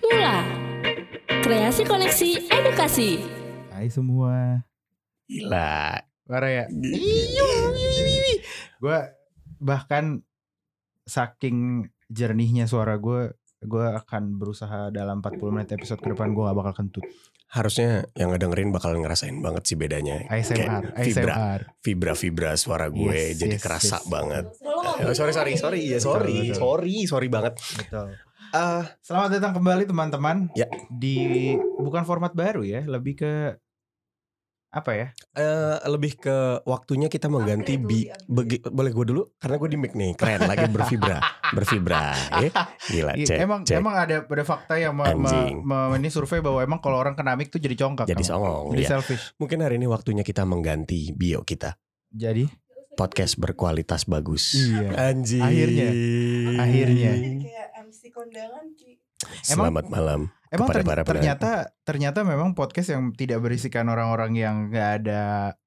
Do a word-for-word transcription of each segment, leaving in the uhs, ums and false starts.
Mula, kreasi koneksi edukasi. Hai semua. Gila. Parah ya. Gue bahkan saking jernihnya suara gue, gue akan berusaha dalam empat puluh menit episode ke depan gue gak bakal kentut. Harusnya yang ngedengerin bakal ngerasain banget sih bedanya. A S M R, Kayak vibra, A S M R. vibra-vibra suara gue Yes, jadi yes, kerasa yes. banget. Eh, sorry sorry sorry ya sorry Betul, betul. sorry sorry banget. Betul. Uh, Selamat datang kembali teman-teman. Ya. Di bukan format baru ya, lebih ke apa ya? uh, lebih ke waktunya kita mengganti bi. Begi, boleh gue dulu karena gue di mic nih keren lagi bervibra bervibra. Eh, gila Iya, cek emang cek. emang ada ada fakta yang me, me, Anjing. me- ini survei bahwa emang kalau orang kena mic tuh jadi congkak. Jadi emang. songong. Jadi Ya. selfish. Mungkin hari ini waktunya kita mengganti bio kita. Jadi Podcast berkualitas bagus. Iya. Anjing. Akhirnya. Akhirnya. Jadi kayak M C kondangan Ki. Emang- Selamat malam. Emang kepada ter- para pendengar. ternyata ternyata memang podcast yang tidak berisikan orang-orang yang nggak ada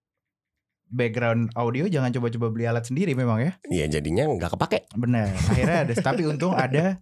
background audio, jangan coba-coba beli alat sendiri memang ya. Iya jadinya nggak kepake. Benar. Akhirnya ada, tapi untung ada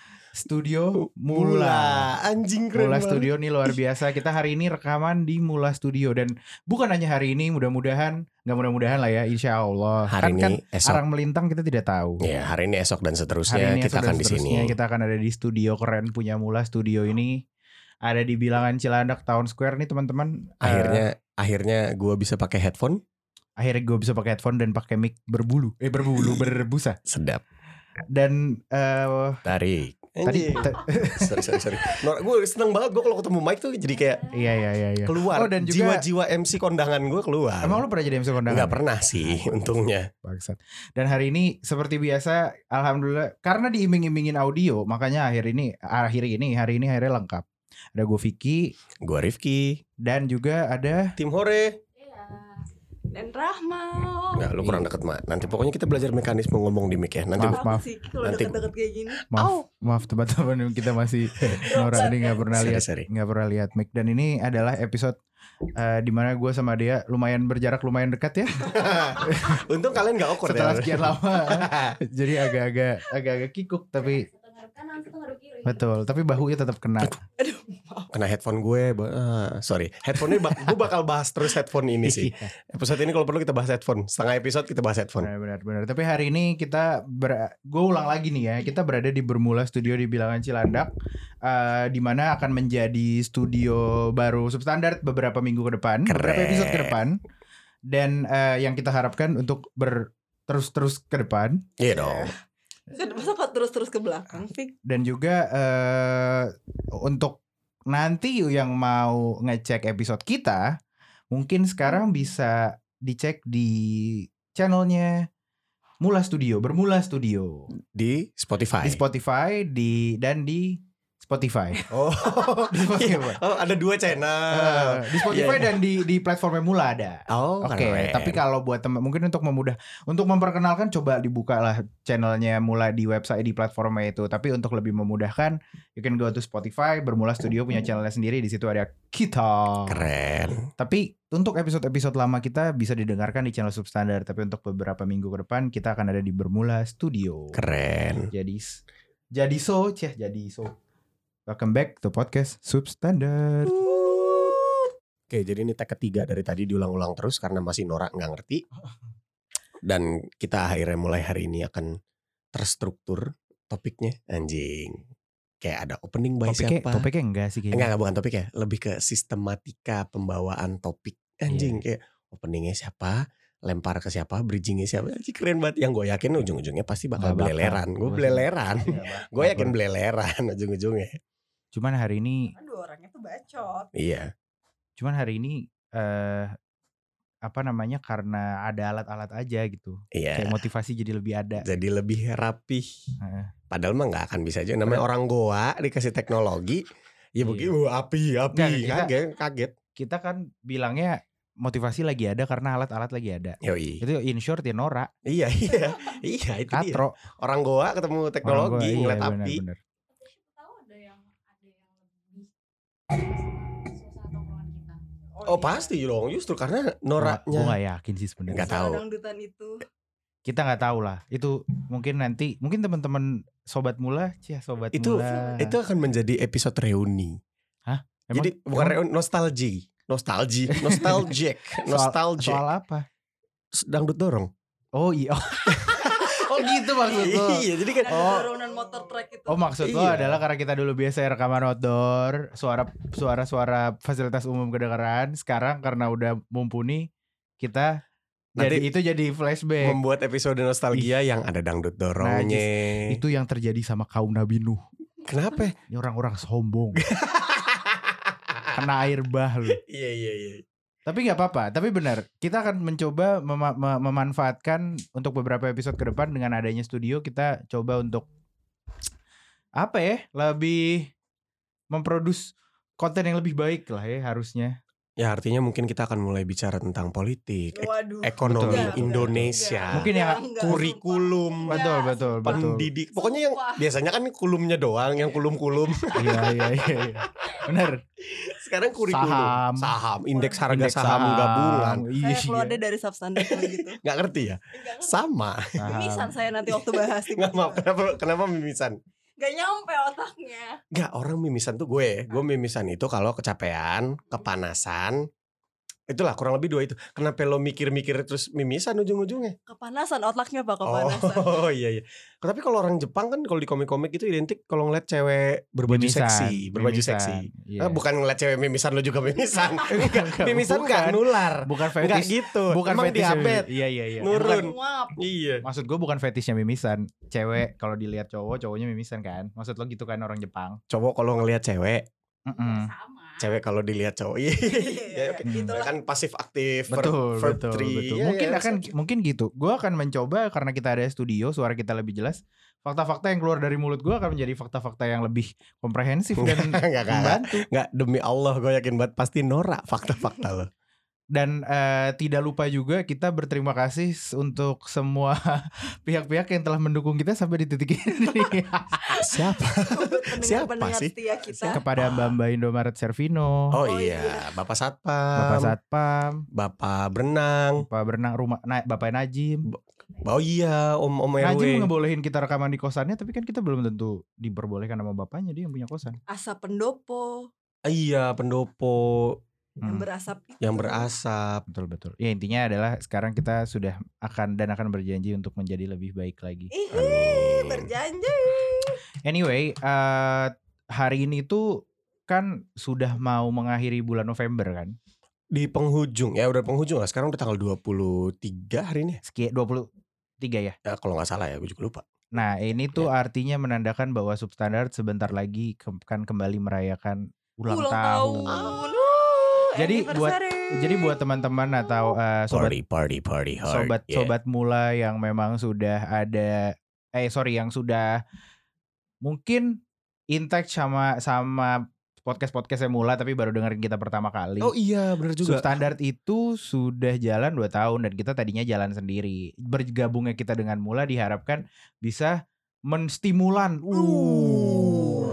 studio Mula. Anjing keren Mula banget. Studio nih luar biasa. Kita hari ini rekaman di Mula Studio dan bukan hanya hari ini, mudah-mudahan nggak mudah-mudahan lah ya, insya Allah. Hari kan ini kan esok. arang melintang kita tidak tahu. Ya hari ini esok dan Hari seterusnya ini kita esok akan dan di sini. seterusnya kita akan ada di studio keren punya Mula Studio ini. Ada di bilangan Cilandak Town Square nih teman-teman. Akhirnya akhirnya gue bisa pakai headphone. Eh, akhirnya gue bisa pakai headphone dan pakai mic berbulu. Eh berbulu berbusa. Sedap. Dan eh Tarik. tadi Anjing. ta- sorry sorry sorry. Nor, gue seneng banget gue kalau ketemu Mike tuh jadi kayak iya iya iya iya. keluar. Oh, dan juga- jiwa-jiwa M C kondangan gue keluar. Emang lu pernah jadi M C kondangan? Nggak pernah sih untungnya. Bangsat. Dan hari ini seperti biasa, alhamdulillah karena diiming-imingin audio, makanya akhir ini akhir ini hari ini akhirnya lengkap. Ada gue Vicky Gue Rifki. dan juga ada Tim Hore. Dan Rahma. Nah lu kurang deket Mak. Nanti pokoknya kita belajar mekanisme ngomong di mic ya. Nanti Maaf, maaf. sih kalau Nanti- deket-deket kayak gini. maaf maaf teman-teman kita masih Nora ini nggak pernah Sorry, lihat sorry. nggak pernah lihat mic dan ini adalah episode uh, di mana gue sama dia lumayan berjarak lumayan dekat ya Untung kalian gak awkward setelah ya. sekian lama. Jadi agak-agak agak-agak kikuk tapi betul tapi bahunya tetap kena. Kena headphone gue. Ah, sorry. Headphone-nya bak- gue bakal bahas terus headphone ini sih. Episode ini kalau perlu kita bahas headphone. Setengah episode kita bahas headphone. Benar, benar, benar. Tapi hari ini kita ber, gue ulang lagi nih ya. Kita berada di Bermula Studio di bilangan Cilandak, uh, di mana akan menjadi studio baru substandard beberapa minggu ke depan, Keren. beberapa episode ke depan. Dan uh, yang kita harapkan untuk ber terus-terus ke depan Iya dong. Masa kok terus-terus ke belakang sih? dan juga uh, untuk nanti yang mau ngecek episode kita, mungkin sekarang bisa dicek di channelnya Mula Studio, Bermula Studio. Di Spotify. Di Spotify di dan di Spotify. Oh, Di Spotify. oh ada dua Eh, channel. di Spotify Iya. dan di di platformnya Mula ada. Oh, Oke, keren. tapi kalau buat teman mungkin untuk memudah untuk memperkenalkan coba dibuka lah channelnya Mula di website di platformnya itu. Tapi untuk lebih memudahkan, you can go to Spotify, Bermula Studio punya channelnya sendiri, di situ ada kita. Keren. Tapi untuk episode-episode lama kita bisa didengarkan di channel Substandard, tapi untuk beberapa minggu ke depan kita akan ada di Bermula Studio. Keren. Jadi jadi so, ceh jadi so. Welcome back to podcast Substandard. Oke, jadi ini tag ketiga dari tadi diulang-ulang terus karena masih Nora nggak ngerti. Dan kita akhirnya mulai hari ini akan terstruktur topiknya. Anjing. Kayak ada opening by Topiknya, siapa. topiknya enggak sih kayaknya. Enggak, enggak bukan topik ya. Lebih ke sistematika pembawaan topik. Anjing kayak openingnya siapa, lempar ke siapa, bridgingnya siapa. Anjing keren banget. Yang gue yakin ujung-ujungnya pasti bakal Nggak bakal. beleleran. Gue Gua sih- beleleran. Nggak bakal. Gue yakin beleleran ujung-ujungnya. Cuman hari ini, Kan dua orangnya tuh bacot. Iya. cuman hari ini eh apa namanya karena ada alat-alat aja gitu. Iya. Kayak motivasi jadi lebih ada. Jadi lebih rapih. Heeh. Padahal mah nggak akan bisa aja. Namanya orang goa dikasih teknologi. Ya Iya. begitu, api, api. Nggak, kita- Kaget, kaget. Kita kan bilangnya motivasi lagi ada karena alat-alat lagi ada. Yoi. Itu in short ya Nora, Iya, iya. Iya, itu dia. Katro. Orang goa ketemu Orang teknologi, gua, iya, ngeliat benar, api. benar. Tahu ada yang ada yang lebih suasana tongkrongan kita. Oh pasti dong, justru karena Gue Noranya gak yakin sih sebenarnya. Nggak tahu. Dangdutan itu. kita nggak tahu lah. Itu mungkin nanti mungkin teman-teman sobat mula, cia sobat Itu mula. itu akan menjadi episode reuni. Hah? Jadi bukan emang reuni, nostalgia, nostalgia, nostalgic, soal, nostalgic. soal apa? Dangdut dorong. Oh iya. Oh gitu maksud lo. Iya, jadi kan Dan Oh. dorongan motor track itu. Oh maksud lo Iya. adalah karena kita dulu biasa rekaman outdoor, suara suara-suara fasilitas umum kedengaran. Sekarang karena udah mumpuni, kita jadi Nanti itu jadi flashback. membuat episode nostalgia yang ada dangdut dorongnya. Itu yang terjadi sama kaum Nabi Nuh. Kenapa? Ini orang-orang sombong. Kena air bah lu. Iya iya iya. Tapi nggak apa-apa. Tapi benar, kita akan mencoba mema- mem- memanfaatkan untuk beberapa episode ke depan dengan adanya studio. Kita coba untuk apa ya? Lebih memproduksi konten yang lebih baik lah ya harusnya. Ya artinya mungkin kita akan mulai bicara tentang politik, ek- Waduh. ekonomi Betul, betul. Indonesia, Mungkin yang Enggak, kurikulum, sumpah. Betul, Enggak, betul, sumpah. betul. pendidik. Pokoknya yang Sumpah. biasanya kan kulumnya doang, yang kulum-kulum. Iya iya iya. iya. Benar. Sekarang kurikulum, Saham. saham, indeks harga Indeks saham, gabungan. Iya. Saya keluar deh dari substandard kalau gitu. Nggak ngerti ya? Enggak ngerti. Sama. Mimisan saya nanti waktu bahas Nggak maaf, kenapa kenapa mimisan? Gak nyampe otaknya. Nggak, orang mimisan tuh gue. Gue mimisan itu kalau kecapean, kepanasan. Itulah kurang lebih dua itu. Kenapa lo mikir-mikir terus mimisan ujung-ujungnya? Kepanasan otaknya Pak, kepanasan. Oh iya iya. Tapi kalau orang Jepang kan kalau di komik-komik itu identik kalau ngeliat cewek berbaju Mimisan, seksi, berbaju mimisan. seksi. Iya. Ah, bukan ngeliat cewek mimisan lo juga mimisan. Enggak, Mimisan bukan. nggak nular. Bukan Nggak fetish. gitu. Bukan Emang fetish. diabetes. Iya iya iya. Nurun. Bukan- Muap. Iya. Maksud gue bukan fetishnya mimisan. Cewek kalau dilihat cowok, cowoknya mimisan kan. Maksud lo gitu kan orang Jepang. Cowok kalau ngeliat cewek, Mm-mm. Sama. cewek kalau dilihat cowok. Iya. Ya, oke. Hmm. Itulah. Kan pasif aktif, verb- Betul, verb betul, three. betul. Iya, Mungkin iya, akan so- mungkin gitu. Gue akan mencoba karena kita ada studio, suara kita lebih jelas. Fakta-fakta yang keluar dari mulut gue akan menjadi fakta-fakta yang lebih komprehensif dan Enggak, enggak, enggak. membantu. Nggak, demi Allah gue yakin banget pasti norak fakta-fakta lo. Dan eh, tidak lupa juga kita berterima kasih s- untuk semua pihak-pihak yang telah mendukung kita sampai di titik ini. Siapa? Siapa Pendengar-pendengar sih? setia kita. Kepada Mbak-Mbak Indomaret Servino, Oh, Oh, iya, Bapak Satpam, Bapak Satpam, Bapak Berenang. Bapak berenang rumah, na- Bapak Najim. Oh iya, Om Om R W. Najim ngebolehin kita rekaman di kosannya, tapi kan kita belum tentu diperbolehkan sama bapaknya, dia yang punya kosan. Asap pendopo Iya, pendopo yang Hmm. berasap itu. yang berasap. Betul betul. Ya intinya adalah sekarang kita sudah akan dan akan berjanji untuk menjadi lebih baik lagi. Ih, Amin. berjanji. Anyway, eh hari ini tuh kan sudah mau mengakhiri bulan November kan. Di penghujung, ya udah penghujung lah. Sekarang udah tanggal dua puluh tiga hari ini. Sekian dua puluh tiga ya. Ya kalau nggak salah ya, gue juga lupa. Nah, ini tuh artinya menandakan bahwa Substandard sebentar lagi ke- kan kembali merayakan ulang, Ulang tahun. tahun. Jadi buat Anniversary. jadi buat teman-teman atau eh, sobat Party, party, party hard. sobat yeah. sobat mula yang memang sudah ada eh sorry yang sudah mungkin in touch sama sama podcast podcastnya mula tapi baru dengerin kita pertama kali. Oh iya, benar juga. Substandard itu sudah jalan dua tahun dan kita tadinya jalan sendiri. Bergabungnya kita dengan mula diharapkan bisa menstimulan. Uh.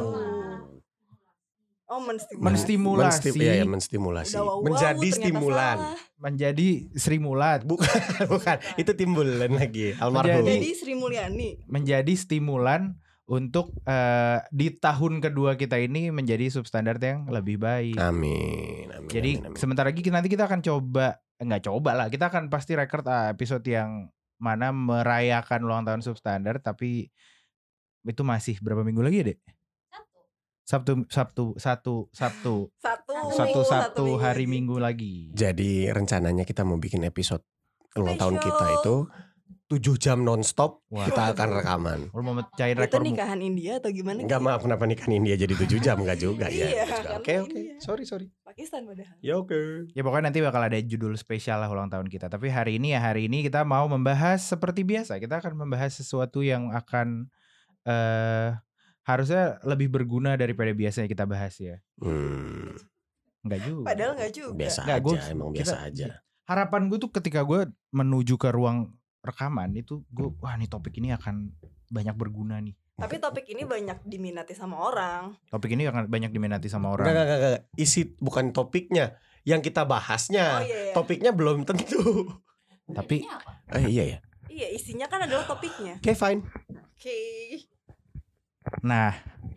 Oh, menstimulasi. Menstimulasi. Menstim- iya, ya, menstimulasi. Udah wow-wow, Menjadi ternyata stimulan. salah. Menjadi Sri Mulat. Bukan, bukan. Itu timbulan lagi. Almarhum. Menjadi- Jadi Sri Mulyani. Menjadi stimulan untuk eh, di tahun kedua kita ini menjadi substandard yang lebih baik. Amin. Amin. Jadi amin, amin. sebentar lagi nanti kita akan coba eh, nggak coba lah, kita akan pasti record ah, episode yang mana merayakan ulang tahun substandard, tapi itu masih berapa minggu lagi ya, Dek? Satu. Sabtu Sabtu Sabtu Sabtu Satu. satu minggu, Sabtu hari lagi. Minggu lagi. Jadi rencananya kita mau bikin episode ulang tahun Spesial. kita itu tujuh jam nonstop. Wah. Kita akan rekaman. Lu mau mecahin Itu rekor mu- nikahan India atau gimana? Enggak, maaf, kenapa nikahan India jadi tujuh jam? Enggak juga ya. Iya, Oke, karena oke. India. Sorry, sorry. Pakistan padahal. Ya oke. Ya pokoknya nanti bakal ada judul spesial lah ulang tahun kita. Tapi hari ini ya hari ini kita mau membahas seperti biasa. Kita akan membahas sesuatu yang akan eh harusnya lebih berguna daripada biasanya kita bahas ya. Hmm, Enggak juga. Padahal enggak juga. biasa Nggak, aja, gua- emang kita- biasa aja. Harapan gue tuh ketika gue menuju ke ruang rekaman itu gue wah nih topik ini akan banyak berguna nih. Tapi topik ini banyak diminati sama orang. Topik ini akan banyak diminati sama Enggak, orang. enggak, enggak, enggak. Isi bukan topiknya, yang kita bahasnya. Oh iya. iya. Topiknya belum tentu. Tapi Jadinya apa? Eh iya ya. Iya, isinya kan adalah topiknya. Oke, fine. Oke. Nah,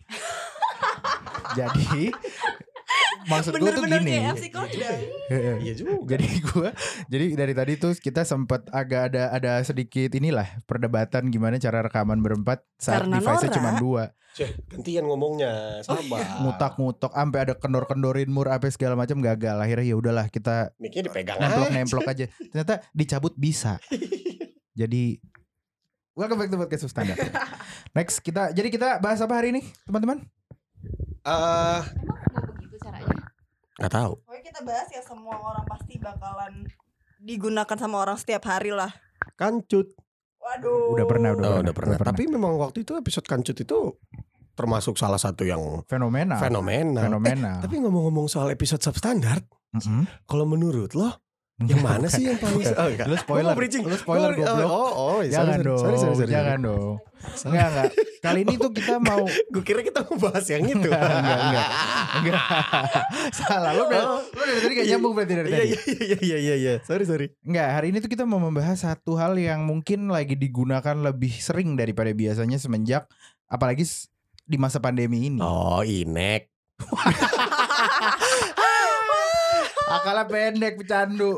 jadi maksud gue tuh Bener-bener gini. kayak F C Kondang. Iya juga. Jadi gue, jadi dari tadi tuh kita sempat agak ada ada sedikit inilah perdebatan gimana cara rekaman berempat saat Karena device-nya Nora. cuma dua. Cih, gantian ngomongnya. Sabar. Ngutak-ngutak sampai ada kendor-kendorin mur apa segala macam gagal. Akhirnya ya udahlah kita Miknya dipegang nemplok-nemplok aja. Ternyata dicabut bisa. Jadi welcome back to podcast Substandard. Next kita, jadi kita bahas apa hari ini, teman-teman? Eh, Emang mau begitu caranya? nggak tahu. Pokoknya kita bahas ya semua orang pasti bakalan digunakan sama orang setiap hari lah. Kancut. Waduh. Udah pernah, udah Oh, pernah. udah pernah. Udah pernah. Tapi memang waktu itu episode kancut itu termasuk salah satu yang Fenomenal. fenomenal. Fenomenal. Eh, tapi ngomong-ngomong soal episode substandard, Mm-mm. kalau menurut lo yang mana sih yang paling oh, enggak. Lu spoiler, Gua mau bridging. lu spoiler Gua- goblok. Oh, oh, oh Jangan sorry, dong, sorry, sorry, sorry, jangan dong. Enggak, enggak. Kali ini tuh kita mau Gue kira kita mau bahas yang itu. Enggak, enggak, enggak. Enggak. Salah, lu udah, lu dari tadi gak nyambung berarti dari Iya, tadi. iya, iya, iya, iya, iya. Sorry, sorry. Enggak, hari ini tuh kita mau membahas satu hal yang mungkin lagi digunakan lebih sering daripada biasanya semenjak apalagi s- di masa pandemi ini. Oh, Inek. Akalnya pendek, pecandu.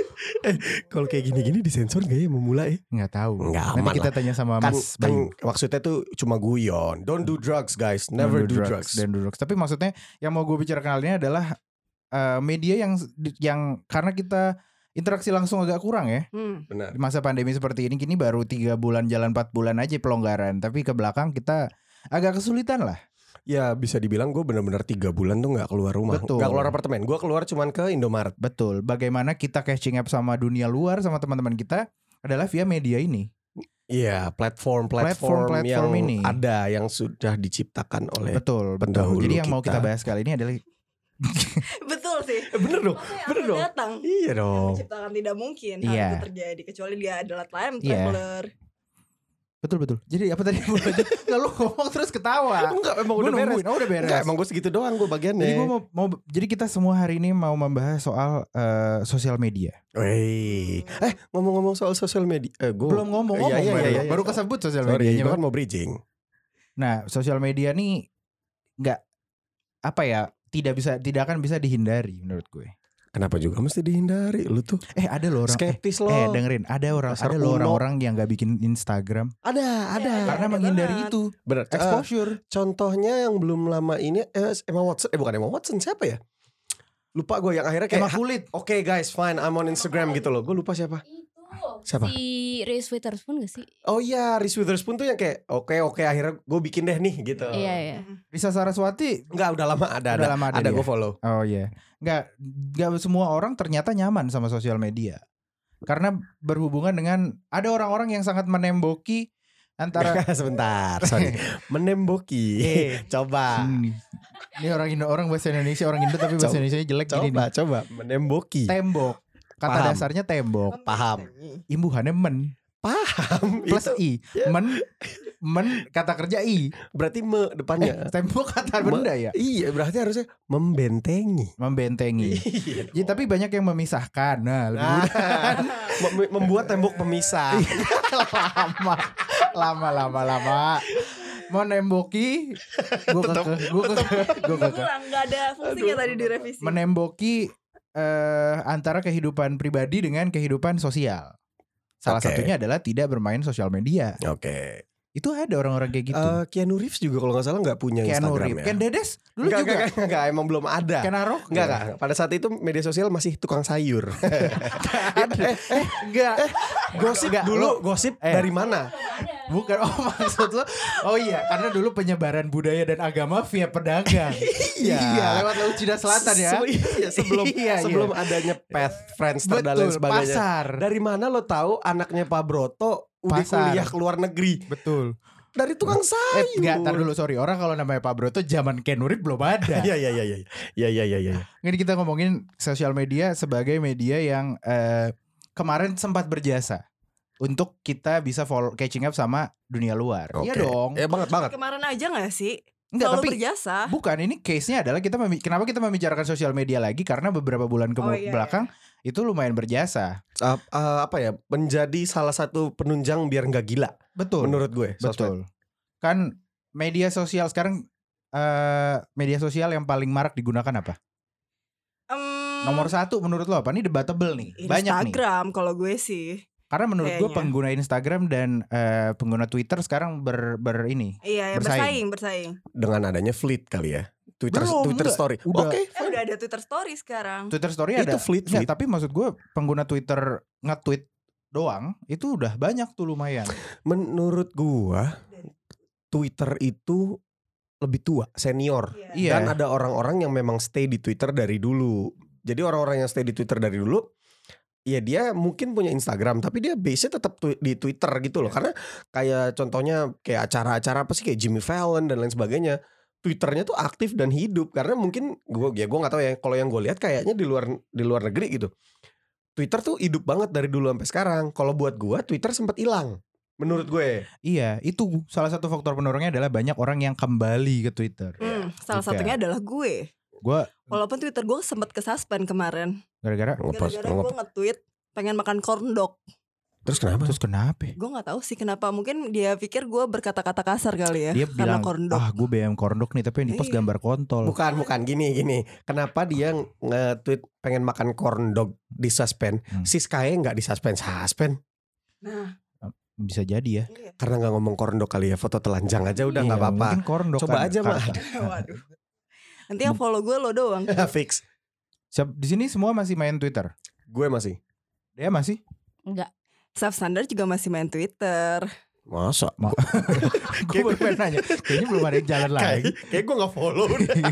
Kalau kayak gini-gini disensor gak ya memulai? Enggak tahu. Enggak Nanti aman kita lah. tanya sama Kan, Mas kan Bayu. maksudnya tuh cuma guyon. Don't do drugs, guys. Never Don't do, drugs. Don't do drugs. Tapi maksudnya yang mau gue bicarakan kali ini adalah eh, media yang yang karena kita interaksi langsung agak kurang ya. Hmm. Benar. Di masa pandemi seperti ini kini baru tiga bulan jalan empat bulan aja pelonggaran. Tapi ke belakang kita agak kesulitan lah. Ya bisa dibilang gue benar-benar tiga bulan tuh nggak keluar rumah, Betul. nggak keluar apartemen. Gue keluar cuman ke Indomaret. Betul. Bagaimana kita catching up sama dunia luar sama teman-teman kita adalah via media ini. Iya, platform-platform Platform-platform yang ini. ada yang sudah diciptakan oleh. Betul, betul. pendahulu Jadi yang mau kita. kita bahas kali ini adalah Betul sih. Eh, bener dong, Masa yang bener akan dong. datang Iya dong. menciptakan tidak mungkin hal Iya. itu terjadi kecuali dia adalah time Iya. traveler. betul betul. Jadi apa tadi mau lanjut? Nggak, lu ngomong terus ketawa. Enggak, emang Gua udah beres. nungguin. Oh, udah beres. Enggak, emang gue segitu doang gue bagiannya. Jadi gua mau, mau jadi kita semua hari ini mau membahas soal eh, sosial media. Wey. Eh, ngomong-ngomong soal sosial media. Eh, gue Belum ngomong-ngomong Iya, iya, baru, iya, iya. baru kesebut sosial Sorry, medianya. itu kan mau bridging. Nah, sosial media nih nggak apa ya, tidak bisa tidak akan bisa dihindari menurut gue. Kenapa juga mesti dihindari? Lu tuh Eh ada loh orang eh, skeptis lo. eh dengerin, ada orang Dasar ada loh kuno. orang-orang yang nggak bikin Instagram Ada, ada. Iya, karena ada menghindari banget. itu Bener. Eh, exposure. contohnya yang belum lama ini eh, Emma Watson. Eh bukan Emma Watson, siapa ya? Lupa gue yang akhirnya kayak Emang kulit. Oke guys, fine, I'm on Instagram gitu loh. Gue lupa siapa. Itu Siapa? si Reese Witherspoon gak sih? Oh iya, Reese Witherspoon tuh yang kayak oke oke akhirnya gue bikin deh nih gitu. Iya iya. Risa Saraswati Enggak, udah lama ada udah ada. lama ada, Ada dia. gue follow. Oh iya. Nggak nggak semua orang ternyata nyaman sama sosial media. Karena berhubungan dengan ada orang-orang yang sangat menemboki antara Sebentar, sorry. Menemboki. Eh. Coba. Hmm. Ini orang Indo, orang bahasa Indonesia, orang Indo tapi bahasa Coba. Indonesia jelek gini Coba, nih. coba. Menemboki. Tembok. Kata Paham. dasarnya tembok. Paham. Imbuhannya men Paham. plus Itu i. ya. Men men kata kerja i. berarti me Eh, depannya. tembok kata Me- benda ya. Iya, berarti harusnya membentengi. Membentengi. Iya. Ya, tapi banyak yang memisahkan. Nah, lebih Nah, mudah. mem- membuat tembok pemisah. lama, lama, lama, lama. Mau nemboki, gue Tetep- keke, gue keke, gue keke. Ulang, nggak ada fungsinya tadi direvisi. Menemboki eh, antara kehidupan pribadi dengan kehidupan sosial. Salah Oke. satunya adalah tidak bermain sosial media. Oke. Itu ada orang-orang kayak gitu. Eh, Keanu Reeves juga kalau nggak salah nggak punya Keanu Instagram Reeves, ya. Ken Dedes dulu Enggak, juga. enggak, enggak, enggak, emang belum ada. Ken Arok, Enggak, enggak. Pada saat itu media sosial masih tukang sayur. eh, eh, enggak. gosip Enggak, dulu, lu- gosip eh. dari mana? Bukan, oh maksud lo. Oh iya, karena dulu penyebaran budaya dan agama via pedagang. Iya. lewat Laut Cina Selatan ya. Se- iya, sebelum Iya, iya. sebelum adanya Path, Friendster dan lain Betul, sebagainya. pasar. Dari mana lo tahu anaknya Pak Broto udah Pasar. kuliah ke luar negeri? Betul. Dari tukang Eh, sayur. enggak, tar dulu sorry. Orang kalau namanya Pak Broto zaman Ken Urip belum ada. Iya, iya, iya, iya. Iya, iya, iya, iya. Ini kita ngomongin sosial media sebagai media yang eh, kemarin sempat berjasa untuk kita bisa follow, catching up sama dunia luar. Iya Oke. dong. Ya banget banget. Kemarin aja nggak sih? Enggak, Selalu tapi berjasa. bukan, ini case-nya adalah kita memi- kenapa kita membicarakan sosial media lagi karena beberapa bulan ke Oh, iya, belakang itu lumayan berjasa. Uh, uh, apa ya? Menjadi salah satu penunjang biar nggak gila. Betul. Menurut gue. sosmed. Betul. Kan media sosial sekarang eh media sosial yang paling marak digunakan apa? Em, Nomor satu menurut lo apa? Ini debatable nih. Banyak nih. Instagram kalau gue sih. Karena menurut gue Kayaknya. pengguna Instagram dan eh, pengguna Twitter sekarang ber, ber ini. Iya, ya, Bersaing. bersaing, bersaing. Dengan adanya Fleet kali ya. Twitter Belum, Twitter enggak. Story. Udah. Oke. Eh, udah ada Twitter Story sekarang. Twitter Story Itu ada. Fleet, Nggak, Fleet. tapi maksud gue pengguna Twitter nge-tweet doang itu udah banyak tuh lumayan. Menurut gua Twitter itu lebih tua, senior. Iya. Iya. Dan ada orang-orang yang memang stay di Twitter dari dulu. Jadi orang-orang yang stay di Twitter dari dulu, ya dia mungkin punya Instagram, tapi dia base-nya tetap twi- di Twitter gitu loh. Karena kayak contohnya kayak acara-acara apa sih kayak Jimmy Fallon dan lain sebagainya. Twitternya tuh aktif dan hidup karena mungkin gue ya gue nggak tahu ya. Kalau yang gue lihat kayaknya di luar di luar negeri gitu. Twitter tuh hidup banget dari dulu sampai sekarang. Kalau buat gue Twitter sempat hilang. Menurut gue. Iya, itu salah satu faktor pendorongnya adalah banyak orang yang kembali ke Twitter. Hmm, salah Juga. satunya adalah gue. Gue Walaupun Twitter gue sempat kesuspend kemarin. gara-gara Ngepost- Gara-gara ngep- gue nge-tweet pengen makan corn dog. Terus kenapa? terus kenapa? Gue nggak tahu sih kenapa. Mungkin dia pikir gue berkata-kata kasar kali ya. Dia karena bilang, corn dog. ah gue B M corn dog nih, tapi yang di post Iya. gambar kontol. Bukan, bukan gini gini. Kenapa dia nge-tweet pengen makan corn dog di suspend? Hmm. Si Sky nggak di suspend, suspend. Nah, Bisa jadi ya. iya. Karena nggak ngomong corn dog kali ya, foto telanjang aja udah nggak Iya, apa-apa. mungkin corn dog Coba kan aja, Mak. kata. Waduh. Nanti yang follow gue lo doang. Fix. Siap- Di sini semua masih main Twitter. Gue masih. Dia masih. Enggak. Staff standar juga masih main Twitter. Masa? Gue baru pengen nanya. Kayaknya belum ada yang jalan lagi. Kayak, kayak gue nggak follow.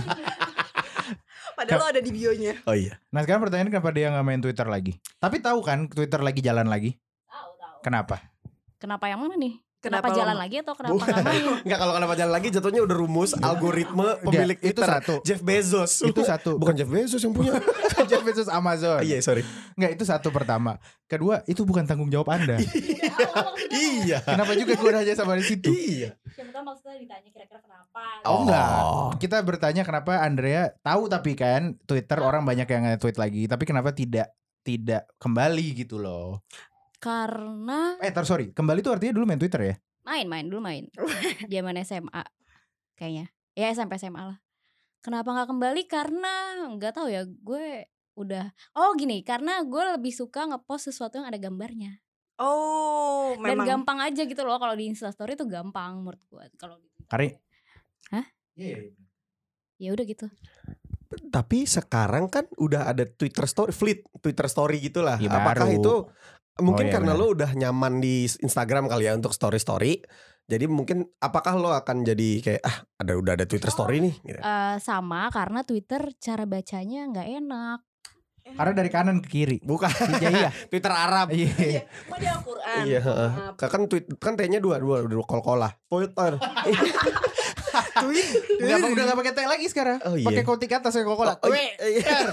Padahal lo ada di bionya. Oh iya. Nah sekarang pertanyaannya kenapa dia nggak main Twitter lagi? Tapi tahu kan Twitter lagi jalan lagi? Tahu, tahu. Kenapa? Kenapa yang mana nih? Kenapa Kenapa, lo- jalan lagi atau kenapa Bukan. nggak main? Nggak, kalau kenapa jalan lagi jatuhnya udah rumus algoritme pemilik Nggak, itu Twitter. satu. Jeff Bezos. Itu satu. Bukan Jeff Bezos yang punya. Jeff Bezos Amazon. Iya, sorry. Nggak, itu satu pertama. Kedua, itu bukan tanggung jawab Anda. Iya. Kenapa juga gue nanya sama di situ? Iya. Siapa tahu maksudnya ditanya kira-kira kenapa? Oh enggak. Kita bertanya kenapa Andrea tahu tapi kan Twitter orang banyak yang nge-tweet lagi, tapi kenapa tidak tidak kembali gitu loh. Karena Eh, tar sorry, kembali itu artinya dulu main Twitter ya? main-main dulu main. Zaman S M A kayaknya. Ya S M P S M A lah. Kenapa nggak kembali? Karena nggak tahu ya, gue udah oh gini, karena gue lebih suka ngepost sesuatu yang ada gambarnya. Oh, Dan memang. gampang aja gitu loh, kalau di Instastory tuh gampang menurut gue. Kalau di Kari. Hah? Iya. Ya udah gitu. Tapi sekarang kan udah ada Twitter Story, Fleet Twitter Story gitulah. Ya, Apakah baru. itu mungkin Oh, iya, karena benar. lo udah nyaman di Instagram kali ya untuk story-story. Jadi mungkin apakah lo akan jadi kayak ah ada udah ada Twitter Story nih gitu. Eh, sama karena Twitter cara bacanya nggak enak. Karena dari kanan ke kiri. Bukan Iya. Twitter Arab. Iya. Mau di Al-Quran. Iya, heeh. Maaf. kan tweet kan T-nya dua dua dua kol-kolah. Twitter. Tweet. Udah udah enggak pakai T lagi sekarang. Oh, iya. Pakai kotik atas ya Coca-Cola. Oh, iya.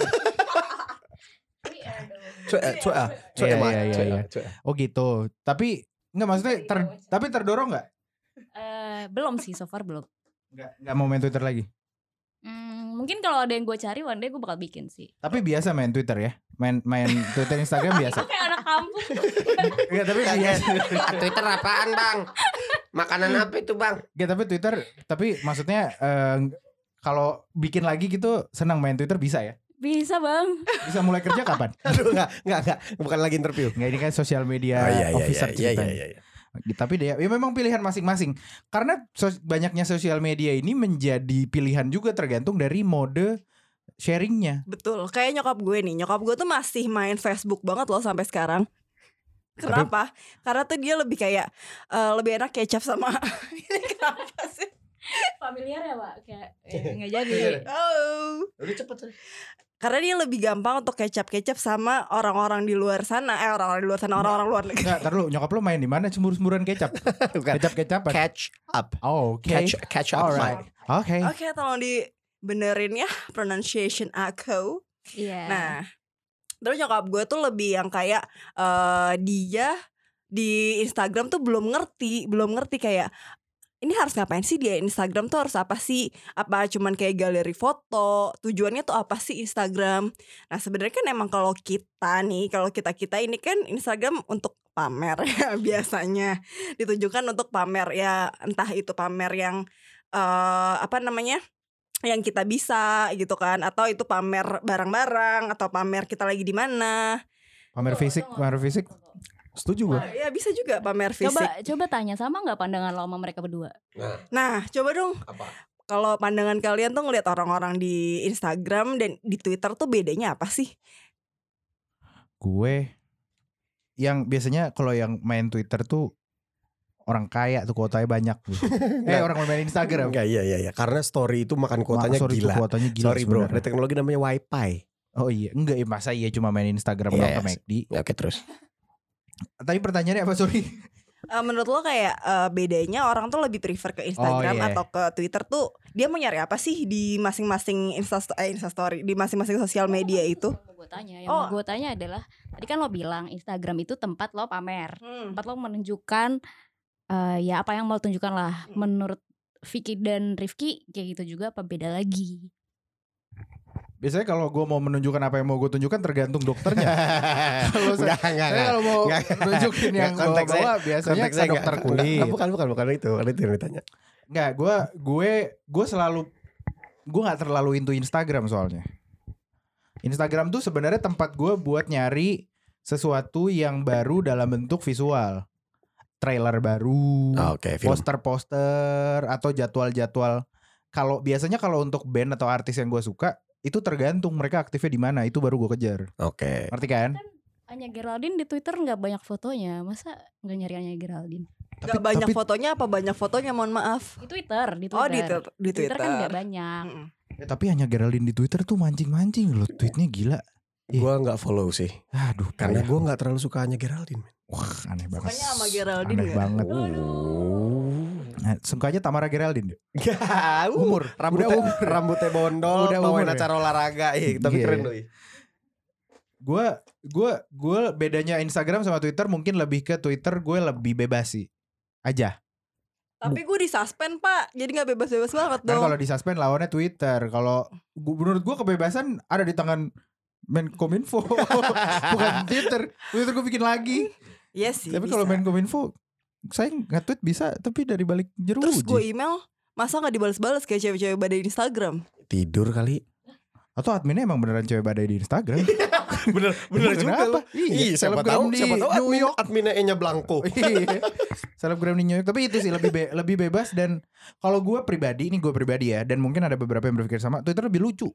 Cuek, cuek, cuek, Iya, Mak. iya, iya, Cuek, iya. cuek. Oh gitu. Tapi enggak maksudnya ter, tapi terdorong enggak? Eh, belum sih, so far belum. Enggak enggak mau main Twitter lagi. Hmm, mungkin kalau ada yang gue cari one day gue bakal bikin sih. Tapi biasa main Twitter ya. Main main Twitter Instagram biasa. Kayak anak kampung. Enggak, tapi biasa. Twitter apaan, Bang? Makanan apa itu, Bang? Enggak, tapi Twitter tapi maksudnya eh, kalau bikin lagi gitu senang main Twitter bisa ya? Bisa bang. Bisa mulai kerja kapan? Aduh, enggak, enggak, enggak. Bukan lagi interview. Enggak, ini kan sosial media Oh, iya, iya, officer iya, iya, ceritanya. iya, iya. Tapi dia ya memang pilihan masing-masing. Karena sos- banyaknya sosial media ini menjadi pilihan juga tergantung dari mode sharingnya. Betul. Kayak nyokap gue nih. Nyokap gue tuh masih main Facebook banget loh sampai sekarang. Kenapa? Karena tuh dia lebih kayak eh, lebih enak kecap sama ini kenapa sih? Familiar ya pak? Kayak eh, nggak jadi. Oh. Udah cepet. Karena dia lebih gampang untuk kecap-kecap sama orang-orang di luar sana. Eh orang-orang di luar sana, orang-orang luar negeri. Enggak, tar lu nyokap lu main di mana cemburu-cemburuan kecap? Bukan. Kecap-kecapan. Catch up. Oh, oke. Catch catch up. Alright. Mike. Oke. Oke, tolong dibenerin ya pronunciation aku. Iya. Nah, terus nyokap gue tuh lebih yang kayak eh dia di Instagram tuh belum ngerti, belum ngerti kayak ini harus ngapain sih dia Instagram tuh harus apa sih? Apa cuman kayak galeri foto? Tujuannya tuh apa sih Instagram? Nah sebenarnya kan emang kalau kita nih, kalau kita-kita ini kan Instagram untuk pamer ya biasanya. Ditujukan untuk pamer ya, entah itu pamer yang uh, apa namanya? Yang kita bisa gitu kan, atau itu pamer barang-barang, atau pamer kita lagi di mana. Pamer fisik, pamer fisik. Setuju gue. Nah, ya bisa juga pamer fisik. Coba coba tanya sama nggak pandangan lo sama mereka berdua? Nah, Nah, coba dong. apa? Kalau pandangan kalian tuh ngelihat orang-orang di Instagram dan di Twitter tuh bedanya apa sih? Gue yang biasanya kalau yang main Twitter tuh orang kaya tuh kuotanya banyak tuh. eh orang main Instagram. Enggak, iya iya iya. Karena story itu makan kuotanya Ma- sorry, gila. tuh kuotanya gila. Sorry bro, sebenarnya. ada teknologi namanya wifi. Oh iya, enggak ya masa iya cuma main Instagram Iya, doang iya. ke McD. Ya, oke terus. Tadi pertanyaannya apa sorry? Uh, menurut lo kayak uh, bedanya orang tuh lebih prefer ke Instagram Oh, iya. atau ke Twitter tuh dia mau nyari apa sih di masing-masing Insta eh, Instastory, di masing-masing sosial media itu? Yang mau gue tanya, yang Oh. mau gue tanya adalah tadi kan lo bilang Instagram itu tempat lo pamer, Hmm. tempat lo menunjukkan eh, ya apa yang mau lo tunjukkan lah. Hmm. Menurut Vicky dan Rifki kayak gitu juga apa beda lagi? Biasanya kalau gue mau menunjukkan apa yang mau gue tunjukkan tergantung dokternya. Kalau saya, Enggak, enggak, saya enggak. kalau mau Enggak. nunjukin yang Enggak, konteksnya- bawa-bawa biasanya ke Konteksnya dokter enggak- kulit. enggak, bukan bukan bukan itu, bukan itu yang ditanya. Enggak, gue gue gue selalu gue nggak terlalu into Instagram soalnya. Instagram tuh sebenarnya tempat gue buat nyari sesuatu yang baru dalam bentuk visual, trailer baru, Ah, Oke, film. poster-poster atau jadwal-jadwal. Kalau biasanya kalau untuk band atau artis yang gue suka itu tergantung mereka aktifnya di mana, itu baru gue kejar. Oke. Ngerti kan? Anya Geraldine di Twitter nggak banyak fotonya, masa nggak nyari Anya Geraldine? Gak banyak fotonya apa banyak fotonya mohon maaf. Di Twitter, di Twitter. Oh di, Twitter- di Twitter Twitter. kan nggak banyak. Mm-mm. Eh, tapi hanya Geraldine di Twitter tuh mancing-mancing loh, tweetnya gila. Ih. Gua nggak follow sih, Aduh, karena payah. gue nggak terlalu suka hanya Geraldine. Wah, aneh banget. Sukanya sama Geraldine Aneh nggak? banget. Oh. Nah, sukanya Tamara Geraldine. Gak, Umur, rambutnya udah umur. rambutnya bondol, Udah bawain umur ya? acara olahraga, ih, tapi Iya. keren loh. ih. Gue gue gue bedanya Instagram sama Twitter mungkin lebih ke Twitter gue lebih bebas sih aja. Tapi gue disuspend pak, jadi nggak bebas-bebas banget Kan dong. kalau di suspend lawannya Twitter. Kalau gua- menurut gue kebebasan ada di tangan Menkominfo, bukan Twitter. Twitter gue bikin lagi. Iya sih. Tapi bisa. kalau Menkominfo saya nge-tweet bisa, tapi dari balik Terus jeruji. gue email, masa nggak dibalas-balas kayak cewek-cewek badai Instagram? Tidur kali. Atau adminnya emang beneran cewek badai di Instagram. bener bener Emang juga kenapa? loh. Iya, Iya, siapa selebgram tahu, di siapa tahu New admin, York. adminnya E-nya blanko. Iya. Selebgram di New York. Tapi itu sih lebih be- lebih bebas. Dan kalau gue pribadi, ini gue pribadi ya, dan mungkin ada beberapa yang berpikir sama, Twitter lebih lucu.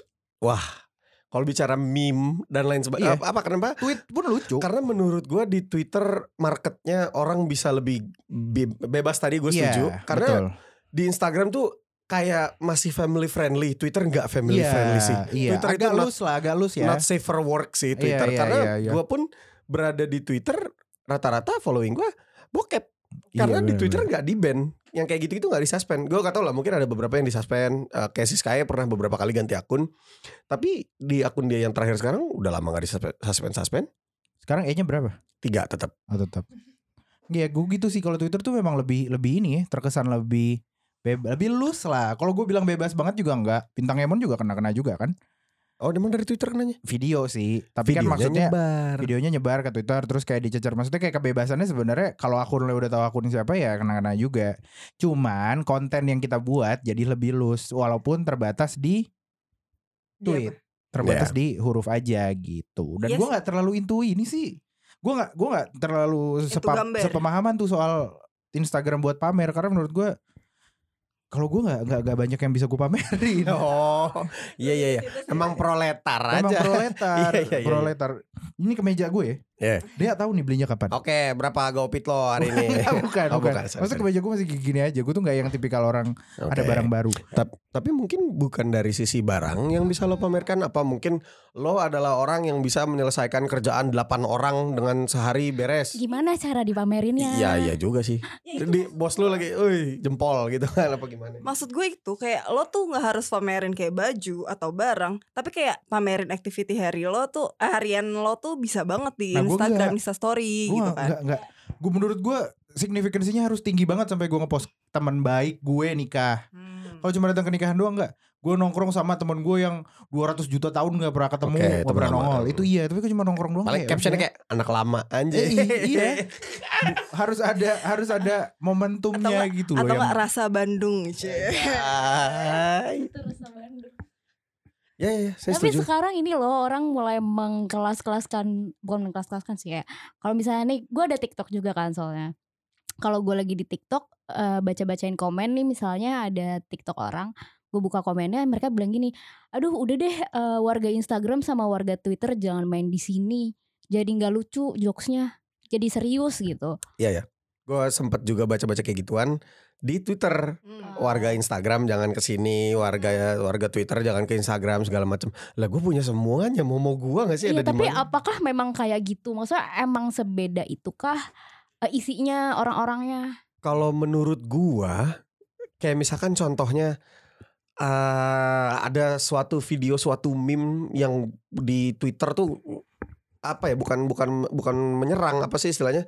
Kalau bicara meme dan lain sebagainya, Iya. apa, apa kenapa? Tweet pun lucu. Karena menurut gue di Twitter marketnya orang bisa lebih be- bebas tadi gue Iya, setuju. Karena betul. di Instagram tuh kayak masih family friendly, Twitter nggak family Iya, friendly sih. Iya. Twitter itu agak not- lus lah, agak lus ya. Not safe for work sih Twitter. Iya, iya, Karena iya, iya. gue pun berada di Twitter rata-rata following gue bokep. Iya, Karena di bener, Twitter bener. nggak di ban, yang kayak gitu-gitu nggak di suspend. Gue gak tau lah, mungkin ada beberapa yang di suspend. Uh, kayak si Sky pernah beberapa kali ganti akun, tapi di akun dia yang terakhir sekarang udah lama nggak di suspend suspend. Sekarang E-nya berapa? Tiga tetap. Oh tetap. Iya, gue gitu sih. Kalau Twitter tuh memang lebih lebih ini ya, terkesan lebih bebas, lebih lus lah. Kalau gue bilang bebas banget juga enggak. Bintang Emon juga kena-kena juga kan. Oh, emang dari Twitter kenanya? Video sih, tapi kan Videonya maksudnya nyebar. videonya nyebar ke Twitter terus kayak dicecer. Maksudnya kayak kebebasannya sebenarnya kalau akun lo udah tahu akun siapa ya kena-kena juga. Cuman konten yang kita buat jadi lebih lus walaupun terbatas di tweet, terbatas di huruf aja gitu. Dan Iya gue sih. nggak terlalu into ini sih. Gue nggak gue nggak terlalu Itu sepa- gambar. sepemahaman tuh soal Instagram buat pamer karena menurut gue kalau gue nggak nggak nggak banyak yang bisa gue pamerin. Oh, iya iya iya. Emang proletar aja. Emang proletar, Iya, iya, iya. proletar. Ini kemeja gue ya. Iya. Dia tahu nih belinya kapan. Oke, berapa gopit lo hari ini? Enggak, bukan, Oh, bukan. bukan, sorry, Maksudnya sorry. kemeja gue masih gini aja. Gue tuh gak yang tipikal orang ada Oke. barang baru. Tap- Tapi mungkin bukan dari sisi barang yang bisa lo pamerkan. Apa mungkin lo adalah orang yang bisa menyelesaikan kerjaan delapan orang dengan sehari beres? Gimana cara dipamerinnya? Iya iya juga sih. Ya, itu Di bos lo lagi, "Uy, jempol" gitu kan apa gimana? Maksud gue itu kayak lo tuh nggak harus pamerin kayak baju atau barang, tapi kayak pamerin activity hari lo tuh, eh, harian lo tuh bisa banget di Nah, gue Instagram, enggak. Instastory Gue gitu gak, kan. enggak, enggak. Gue menurut gue signifikansinya harus tinggi banget sampai gue ngepost teman baik gue nikah. Hmm. Kalau cuma datang ke nikahan doang enggak. Gue nongkrong sama temen gue yang dua ratus juta tahun gak pernah ketemu, Oke, gak temen pernah lama. nongol. Itu iya, tapi gue cuma nongkrong doang. Paling kayak captionnya udah. kayak anak lama anjir. Eh, i- iya. Bu- harus ada harus ada Atau momentumnya nggak- gitu loh. Atau yang- nggak rasa Bandung, cie. Ay. Itu rasa Bandung. Ya ya, ya, saya Tapi setuju. sekarang ini loh orang mulai mengkelas-kelaskan, bukan mengkelas-kelaskan sih ya. Kalau misalnya nih, gue ada TikTok juga kan soalnya. Kalau gue lagi di TikTok eh, baca-bacain komen nih, misalnya ada TikTok orang, gue buka komennya, mereka bilang gini, aduh udah deh eh, warga Instagram sama warga Twitter jangan main di sini, jadi nggak lucu jokesnya, jadi serius gitu. Iya ya. Gue sempet juga baca-baca kayak gituan di Twitter. Hmm. Warga Instagram jangan ke sini, warga warga Twitter jangan ke Instagram segala macam. Lah gue punya semuanya, mau mau gue nggak sih Iya, ada di tapi mana? apakah memang kayak gitu? Maksudnya emang sebeda itukah eh, isinya orang-orangnya? Kalau menurut gua, kayak misalkan contohnya eh ada suatu video, suatu meme yang di Twitter tuh apa ya? Bukan bukan bukan menyerang, apa sih istilahnya?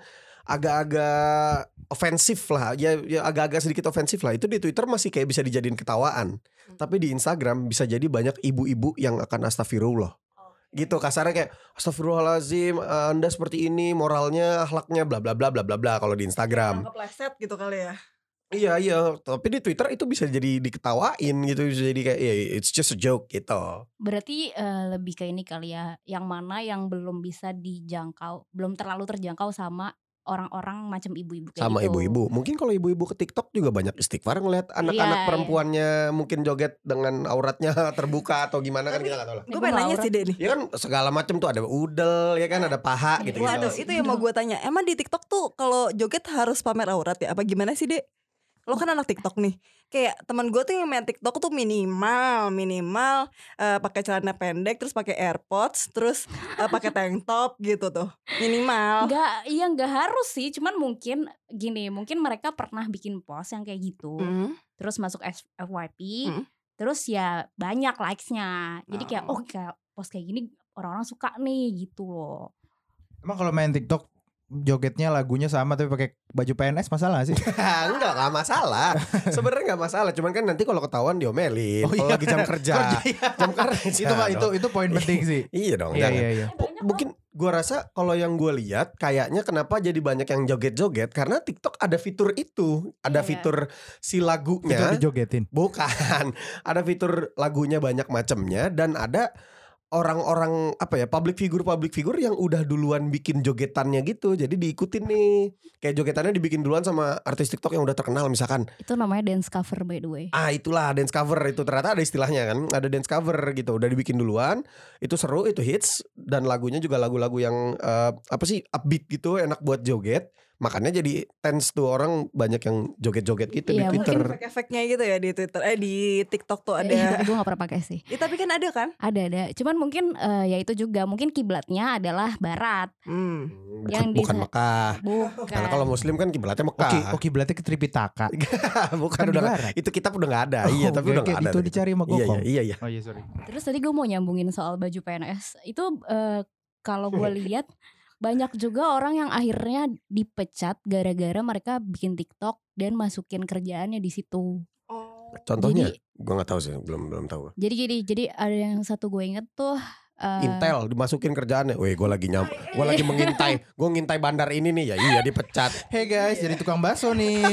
Agak-agak ofensif lah, ya, ya agak-agak sedikit ofensif lah. Itu di Twitter masih kayak bisa dijadiin ketawaan, tapi di Instagram bisa jadi banyak ibu-ibu yang akan astagfirullah. Gitu kasarnya kayak astagfirullahalazim, Anda seperti ini moralnya, akhlaknya bla bla bla bla bla bla kalau di Instagram. Kepleset gitu kali ya. Iya iya, tapi di Twitter itu bisa jadi diketawain gitu, bisa jadi kayak ya it's just a joke gitu. Berarti eh, lebih ke ini kali ya, yang mana yang belum bisa dijangkau, belum terlalu terjangkau sama orang-orang macam ibu-ibu kayak Sama gitu. ibu-ibu. Mungkin kalau ibu-ibu ke TikTok juga banyak istighfar ngeliat anak-anak Iya, perempuannya mungkin joget dengan auratnya terbuka atau gimana kan kita nggak tahu lah. Gue Ibu pengen nanya Laura. sih deh nih. Ya kan segala macam tuh, ada udel ya kan, ada paha gitu gitu. Waduh, itu yang mau gue tanya. Emang di TikTok tuh kalau joget harus pamer aurat ya? Apa gimana sih, Dek? Lo kan anak TikTok nih. Kayak teman gue tuh yang main TikTok tuh minimal minimal eh, pakai celana pendek, terus pakai AirPods, terus eh, pakai tank top gitu tuh. Minimal. Enggak, iya enggak harus sih, cuman mungkin gini, mungkin mereka pernah bikin post yang kayak gitu, Hmm. terus masuk F Y P, Hmm. terus ya banyak likes-nya, jadi kayak Oh. oh kayak post kayak gini orang-orang suka nih gitu loh. Emang kalau main TikTok jogetnya lagunya sama tapi pakai baju P N S masalah gak sih? Enggak, enggak masalah. Sebenarnya enggak masalah, cuman kan nanti kalau ketahuan diomelin. Oh, Kalau iya. lagi jam kerja. Kerja, iya. Jam kerja. itu Pak, itu itu poin penting sih. Iya dong, Iya jangan. iya iya. Po- Mungkin gua rasa kalau yang gua lihat kayaknya kenapa jadi banyak yang joget-joget karena TikTok ada fitur itu, ada Iya. fitur si Itu lagunya. dijogetin. Bukan, ada fitur lagunya banyak macamnya dan ada orang-orang apa ya, public figure public figure yang udah duluan bikin jogetannya gitu. Jadi diikutin nih. Kayak jogetannya dibikin duluan sama artis TikTok yang udah terkenal misalkan. Itu namanya dance cover by the way. Ah itulah dance cover, itu ternyata ada istilahnya kan, ada dance cover gitu, udah dibikin duluan, itu seru, itu hits, dan lagunya juga lagu-lagu yang eh, apa sih upbeat gitu, enak buat joget, makanya jadi tends tuh orang banyak yang joget-joget gitu Iya, di Twitter. Mungkin efek-efeknya gitu ya di Twitter. Eh di TikTok tuh ada. Iya, tapi gue gak pernah pakai sih. Ya, tapi kan ada kan? Ada ada, cuman mungkin eh, ya itu juga mungkin kiblatnya adalah Barat, Hmm. Hmm, Yang bukan, bukan di- Mekah. bukan. Karena kalau Muslim kan kiblatnya Oke, Mekah. oke berarti ke Tripitaka. bukan Kan di udah nggak- barat. itu kitab udah nggak ada. Iya, Oh, tapi oke, udah nggak oke, ada. itu tadi. dicari sama Iya, Gokong. iya, iya, iya. Oh iya sorry. Terus tadi gue mau nyambungin soal baju P N S. Itu eh, kalau gue lihat banyak juga orang yang akhirnya dipecat gara-gara mereka bikin TikTok dan masukin kerjaannya di situ. Oh. Contohnya, Jadi- gue nggak tahu sih, belum belum tahu. Jadi gini, jadi ada yang satu gue inget tuh eh, Intel dimasukin kerjaannya. Weh, gue lagi nyam, gue lagi mengintai, gue ngintai bandar ini nih ya. Iya dipecat. Hey guys, jadi tukang bakso nih.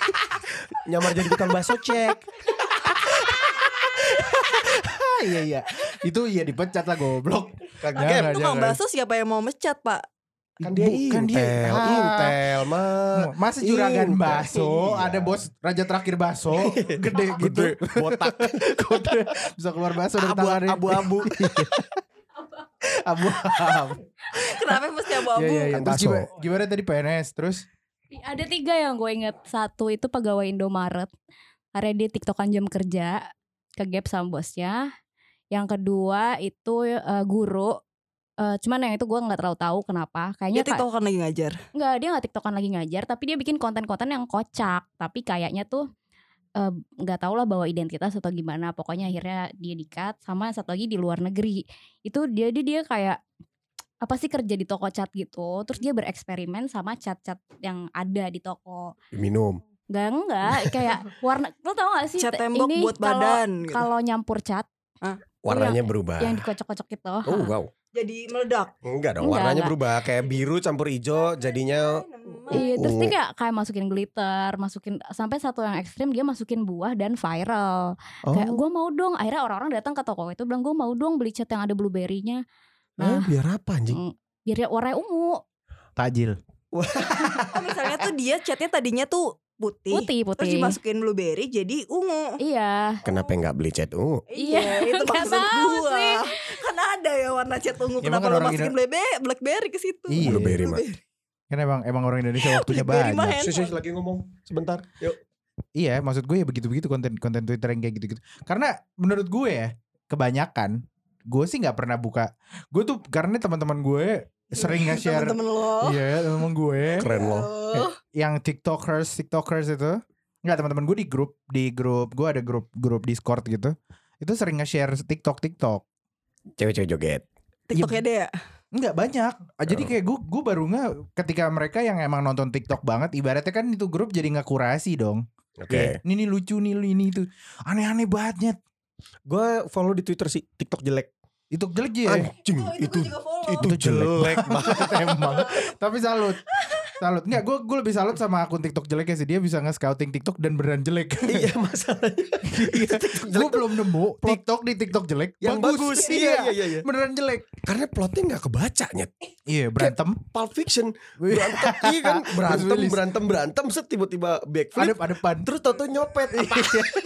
Nyamar jadi tukang bakso cek. Iya iya. Itu iya dipecat lah goblok. Kagak. Jangan, Tukang jangan. bakso siapa yang mau mecat, Pak? Kan dia Bukan Intel, dia. Ah. Intel mah. Masa juragan Intel. bakso, Iya. ada bos raja terakhir bakso, gede gitu. Gede, botak, Gede. Bisa keluar bakso dari abu, tangannya. abu-abu. Abu-abu. Kenapa mesti abu-abu? Iya iya iya. Kan Terus bakso. gimana, gimana tadi P N S? Terus ada tiga yang gue inget. Satu itu pegawai Indomaret karena dia tiktokan jam kerja ke gap sama bosnya. Yang kedua itu eh, guru. Eh, cuman yang itu gue nggak terlalu tahu kenapa. Dia Kayaknya kayak- TikTok kan lagi ngajar. Nggak, dia nggak tiktokan lagi ngajar, tapi dia bikin konten-konten yang kocak. Tapi kayaknya tuh eh, nggak tahu lah bawa identitas atau gimana. Pokoknya akhirnya dia di-cut. Sama satu lagi di luar negeri. Itu dia dia, dia kayak apa sih kerja di toko cat gitu. Terus dia bereksperimen sama cat-cat yang ada di toko. Minum. Enggak enggak kayak warna, lo tau gak sih Cat tembok ini buat kalau- badan gitu. Kalau nyampur cat Warnanya yang- berubah. yang dikocok-kocok gitu. Oh wow. Jadi meledak. Enggak dong, Enggak, warnanya enggak. berubah kayak biru campur hijau jadinya Iya, terus ungu. dia kayak kayak masukin glitter, masukin sampai satu yang ekstrim dia masukin buah dan viral. Kayak Oh, gue mau dong, akhirnya orang-orang datang ke toko itu bilang gue mau dong beli cat yang ada blueberry-nya. oh, biar apa anjing? Mm, biar dia warnanya ungu, Tajil. Oh misalnya tuh dia catnya tadinya tuh putih, putih, terus putih. dimasukin blueberry jadi ungu. Iya. Kenapa nggak beli cat ungu? Iya, itu nggak maksud tahu gua. sih. Kan ada ya warna cat ungu. Ya, Kenapa emang lo orang masukin Indo- blackberry, blackberry ke situ? Iya. Blueberry, Mak. Kan emang emang orang Indonesia waktunya Blueberry mah banyak. handphone. Sis, sis, lagi ngomong sebentar. Yuk. Iya, maksud gue ya begitu-begitu konten konten Twitter yang kayak gitu-gitu. Karena menurut gue ya, kebanyakan gue sih nggak pernah buka. Gue tuh karena teman-teman gue sering nge-share. Temen-temen lo. Iya, teman gue Keren loh. Oh. yang TikTokers, TikTokers itu. Enggak, teman-teman gue di grup, di grup gue ada grup grup Discord gitu. Itu sering nge-share TikTok TikTok. Cewek-cewek joget. TikToknya dia ya? Enggak banyak. Ah, Jadi Oh. kayak gue gue baru nggak ketika mereka yang emang nonton TikTok banget, ibaratnya kan itu grup jadi nggak kurasi dong. Oke. Kayak, Ini nih lucu nih ini itu. Aneh-aneh banget. Gue follow di Twitter sih TikTok jelek. Itu jelek ya. Anjing itu gua juga follow. itu Itu jelek jelek banget. Emang. Tapi salut. Salut. Enggak, gue gue lebih salut sama akun TikTok jeleknya sih. Dia bisa nge-scouting TikTok dan beneran jelek. Iya masalahnya. TikTok Gue jelek tuh belum nemu TikTok di TikTok jelek yang bagus. Iya iya iya. Beneran jelek. Karena plotnya nggak kebaca nyet. Iya, berantem. Pulp Fiction berantem iya kan berantem Willis. berantem berantem set tiba-tiba backflip Adep-adepan. terus toto nyopet apa?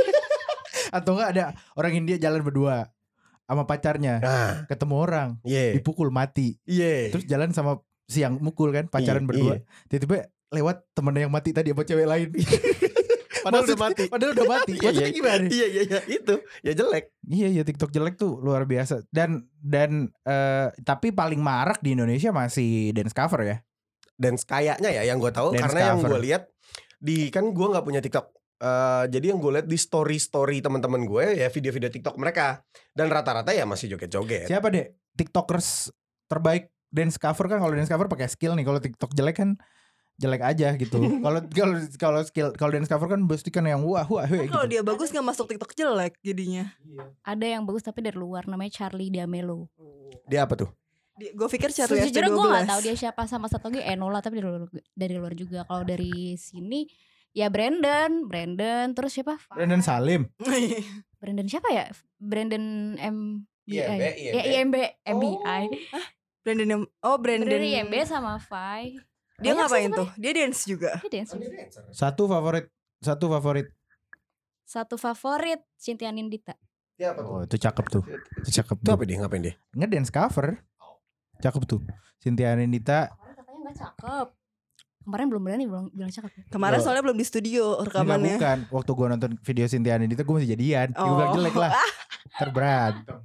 Atau enggak ada orang India jalan berdua sama pacarnya, Nah, ketemu orang, iya dipukul mati. iya. Terus jalan sama si yang mukul kan, pacaran Iya, berdua. Tiba-tiba lewat temennya yang mati tadi sama cewek lain. Padahal udah Maksudnya- mati. Padahal udah mati. Iya, Maksudnya iya. gimana? Iya iya iya itu ya jelek. Iya ya TikTok jelek tuh luar biasa. Dan dan eh, tapi paling marak di Indonesia masih dance cover ya. Dan kayaknya ya yang gue tahu Dance karena yang cover. gue lihat di kan gue nggak punya TikTok. Eh, jadi yang gue lihat di story story teman-teman gue ya video-video TikTok mereka dan rata-rata ya masih joget-joget. Siapa deh TikTokers terbaik dance cover kan? Kalau dance cover pakai skill nih. Kalau TikTok jelek kan jelek aja gitu. Kalau kalau kalau skill kalau dance cover kan pasti kan yang wah wah wah, Kalau gitu. dia bagus gak masuk TikTok jelek jadinya. Ada yang bagus tapi dari luar, namanya Charlie D'Amelio. Dia apa tuh? Gue pikir Charlie S T Sejujurnya dua gue belas. gak tahu dia siapa, sama satu lagi Enola tapi dari luar, dari luar juga. Kalau dari sini ya Brandon, Brandon terus siapa? Brandon Salim. Brandon siapa ya? Brandon M I M B, I M B. Ya I M B M B I. Brandon yang oh Brandon. Brandon I M B sama Fai. Dia Banyak sih ngapain sebenarnya. tuh? Dia dance juga. Dia dance. Satu favorit, satu favorit. Satu favorit Cynthia Nindita. Dia apa Oh, tuh? itu cakep tuh. Itu cakep Itu tuh. apa dia ngapain dia? Nge-dance cover. Cakep tuh. Cynthia Nindita. Kemarin katanya gak cakep. Kemarin belum berani bilang, bilang cakep. Kemarin Loh. soalnya belum di studio Enggak, rekamannya. bukan. Waktu gue nonton video Cynthia Nindita gue masih jadian. Ya, gue bilang Oh. jelek lah. Terberantem.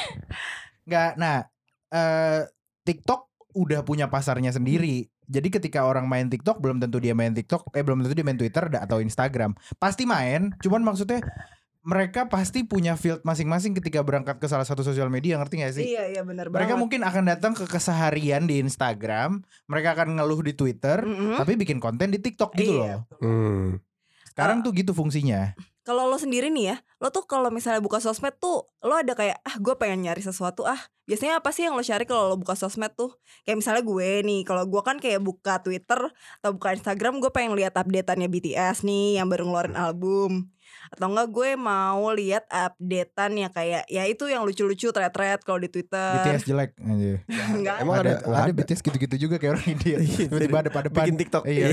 Enggak, nah eh TikTok udah punya pasarnya sendiri. Jadi ketika orang main TikTok belum tentu dia main TikTok, eh belum tentu dia main Twitter da- atau Instagram. Pasti main, cuman maksudnya mereka pasti punya field masing-masing ketika berangkat ke salah satu sosial media, ngerti gak sih? Iya iya benar Mereka banget. mungkin akan datang ke keseharian di Instagram, mereka akan ngeluh di Twitter, Mm-mm. tapi bikin konten di TikTok gitu Iya. loh. Hmm. Sekarang tuh gitu fungsinya. Kalau lo sendiri nih ya, lo tuh kalau misalnya buka sosmed tuh, lo ada kayak ah gue pengen nyari sesuatu ah. Biasanya apa sih yang lo cari kalau lo buka sosmed tuh? Kayak misalnya gue nih, kalau gue kan kayak buka Twitter atau buka Instagram, gue pengen lihat updateannya B T S nih yang baru ngeluarin album. Atau enggak gue mau lihat updatean yang kayak ya itu yang lucu-lucu thread-thread kalau di Twitter. B T S jelek aja. Enggak. Emang ada, ada- nggak ada, ada. B T S gitu-gitu juga kayak orang India. Tiba-tiba ada pada depan. Bikin TikTok. Iya.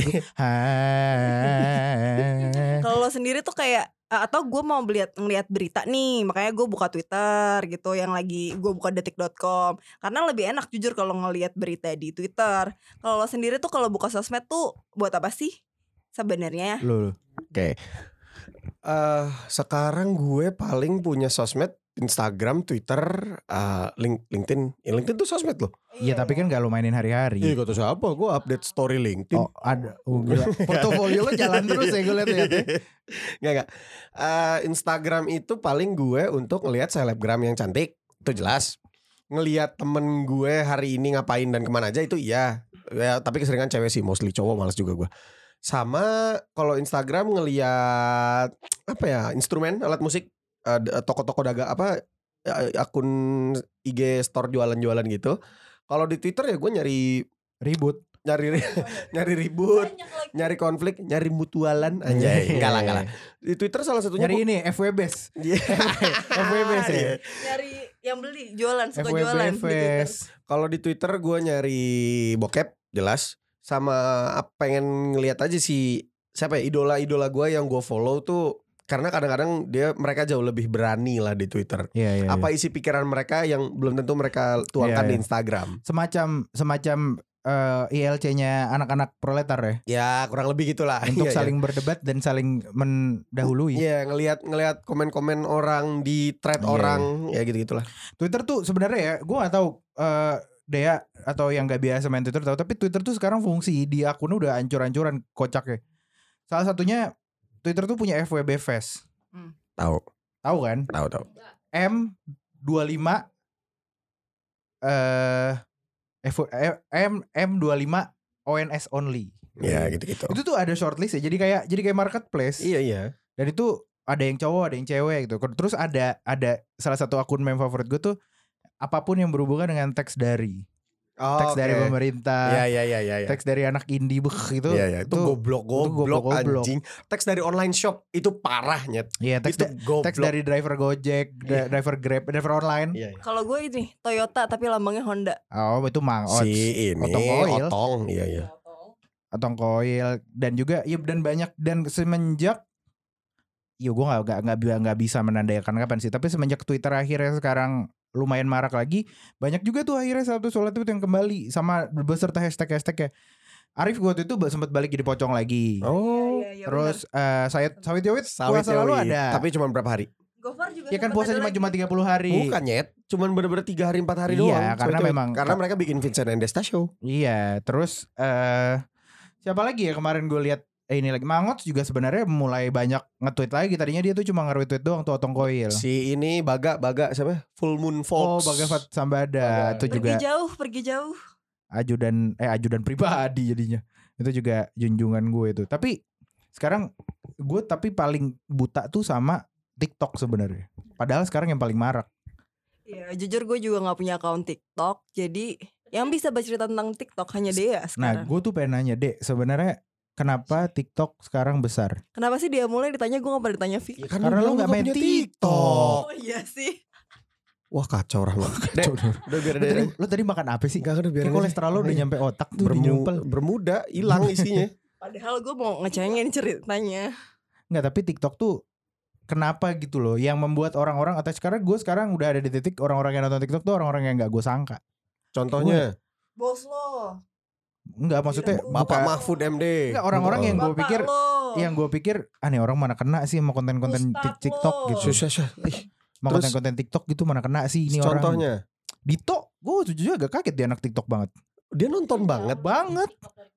Hai. Kalau lo sendiri tuh kayak eh, atau gue mau lihat ngeliat berita nih, makanya gue buka Twitter gitu yang lagi gue buka detik dot com karena lebih enak jujur kalau ngelihat berita di Twitter. Kalau lo sendiri tuh kalau buka sosmed tuh buat apa sih sebenarnya? Loh, loh. Oke. Eh sekarang gue paling punya sosmed Instagram, Twitter, eh, link, LinkedIn. Ya, LinkedIn tuh sosmed loh. Iya tapi kan gak lo mainin hari-hari. Iya kata siapa? Gue update story LinkedIn. Oh ada. Oh, gila. Portofolio lo jalan terus ya gue liat-liat ya. Nggak nggak. Eh, Instagram itu paling gue untuk ngelihat selebgram yang cantik. Itu jelas. ngelihat temen gue hari ini ngapain dan kemana aja itu iya. Ya, tapi keseringan cewek sih, mostly cowok males juga gue. Sama kalau Instagram ngelihat apa ya, instrumen, alat musik, uh, toko-toko dagang apa, akun I G store jualan-jualan gitu. Kalau di Twitter ya gue nyari ribut, nyari nyari ribut, nyari konflik, nyari mutualan anjay. Enggak lah, enggak lah. Di Twitter salah satunya nyari gua, ini F W B S. F W B S ya. Nyari yang beli jualan, suka F W B jualan di Twitter. Kalau di Twitter gue nyari bokep jelas, sama pengen ngeliat aja sih siapa ya idola-idola gue yang gue follow tuh, karena kadang-kadang dia mereka jauh lebih berani lah di Twitter. Iya, iya, Apa iya. isi pikiran mereka yang belum tentu mereka tuangkan Iya, di iya. Instagram. Semacam semacam uh, I L C-nya anak-anak proletar ya. Ya kurang lebih gitulah. Untuk Iya, saling berdebat dan saling mendahului. Iya, ngelihat ngelihat komen-komen orang di thread Iya, orang, ya gitu-gitulah. Twitter tuh sebenarnya ya, gue nggak tahu uh, Dea atau yang nggak biasa main Twitter tahu, tapi Twitter tuh sekarang fungsi di akunnya udah ancur-ancuran kocaknya. Salah satunya Twitter tuh punya F W B Fest. Tahu, Tahu kan? tahu, tahu. M dua puluh lima eh F M M dua puluh lima O N S only. Ya gitu-gitu. Itu tuh ada shortlist ya. Jadi kayak jadi kayak marketplace. Iya, iya. Dan itu ada yang cowok, ada yang cewek gitu. Terus ada ada salah satu akun meme favorit gue tuh apapun yang berhubungan dengan teks dari. Oh, Teks oke. dari pemerintah. Iya, iya, iya, iya. Teks dari anak indie beh gitu. Iya, iya. Itu goblok, goblok, goblok-goblok. anjing. Teks dari online shop itu parah nyet. Iya, teks, Itu da- goblok. teks dari driver Gojek, dra- driver Grab, driver online. Iya, iya. Kalau gue ini Toyota tapi lambangnya Honda. Oh, itu Mang Ots. Si ini Otong Koil. Otong, iya, iya. Otong Koil dan juga ya dan banyak dan semenjak ya gue nggak nggak nggak bi- nggak bisa menandakan kapan sih, tapi semenjak Twitter akhirnya sekarang lumayan marak lagi, banyak juga tuh akhirnya satu soal tweet yang kembali sama beserta hashtag hashtag ya. Arif gue itu sempat balik jadi pocong lagi. Oh, Iya, iya, iya, Terus eh Sayed Sawit Yowit sawit puasa lalu Yowit. ada. Tapi cuma berapa hari? Gofar juga Ya kan sempat puasa ada cuma lagi. cuma tiga puluh hari. Bukan nyet, cuman bener-bener tiga hari empat hari Iya, doang. karena Sawit Yowit. memang- karena mereka bikin Vincent and Desta show. Iya, terus eh siapa lagi ya kemarin gue lihat eh ini lagi Mangots juga sebenarnya mulai banyak nge-tweet lagi. Tadinya dia tuh cuma nge-retweet doang tuh Otong Koil. Si ini Baga Baga siapa? Full Moon Oh, Fox. Baga Fat Sambada Baga. itu juga Pergi jauh, pergi jauh. ajudan eh ajudan pribadi jadinya. Itu juga junjungan gue itu. Tapi sekarang gue tapi paling buta tuh sama TikTok sebenarnya. Padahal sekarang yang paling marak. Iya, jujur gue juga nggak punya akun TikTok. Jadi yang bisa bercerita tentang TikTok hanya Dea Nah, sekarang. gue tuh pengen nanya, Dek, sebenarnya kenapa TikTok sekarang besar? Kenapa sih dia mulai ditanya, gue nggak pernah ditanya Vi? Ya kan Karena lu lu nggak main punya TikTok. Oh iya sih. Wah kacau Rahma. Dek, udah biar Lu tadi, ada lu tadi makan apa sih? Enggak, udah biar Kayak kolesterol lu udah nyampe otak tuh Bermu, dinyumpel. bermuda hilang isinya. Padahal gue mau ngecengin ceritanya. Enggak, tapi TikTok tuh kenapa gitu loh yang membuat orang-orang atau sekarang gue sekarang udah ada di titik orang-orang yang nonton TikTok tuh orang-orang yang nggak gue sangka. Contohnya Bos lo. Enggak, maksudnya Bapak bukan- Mahfud M D. Enggak, orang-orang yang gue Bapak pikir lo. yang gue pikir aneh orang mana kena sih sama konten-konten Ustad tik- TikTok lo. gitu. Susah susah. Ih, Sama Terus- konten-konten TikTok gitu mana kena sih ini orang. contohnya Dito, gue jujur agak kaget dia anak TikTok banget. dia nonton banget. Banget.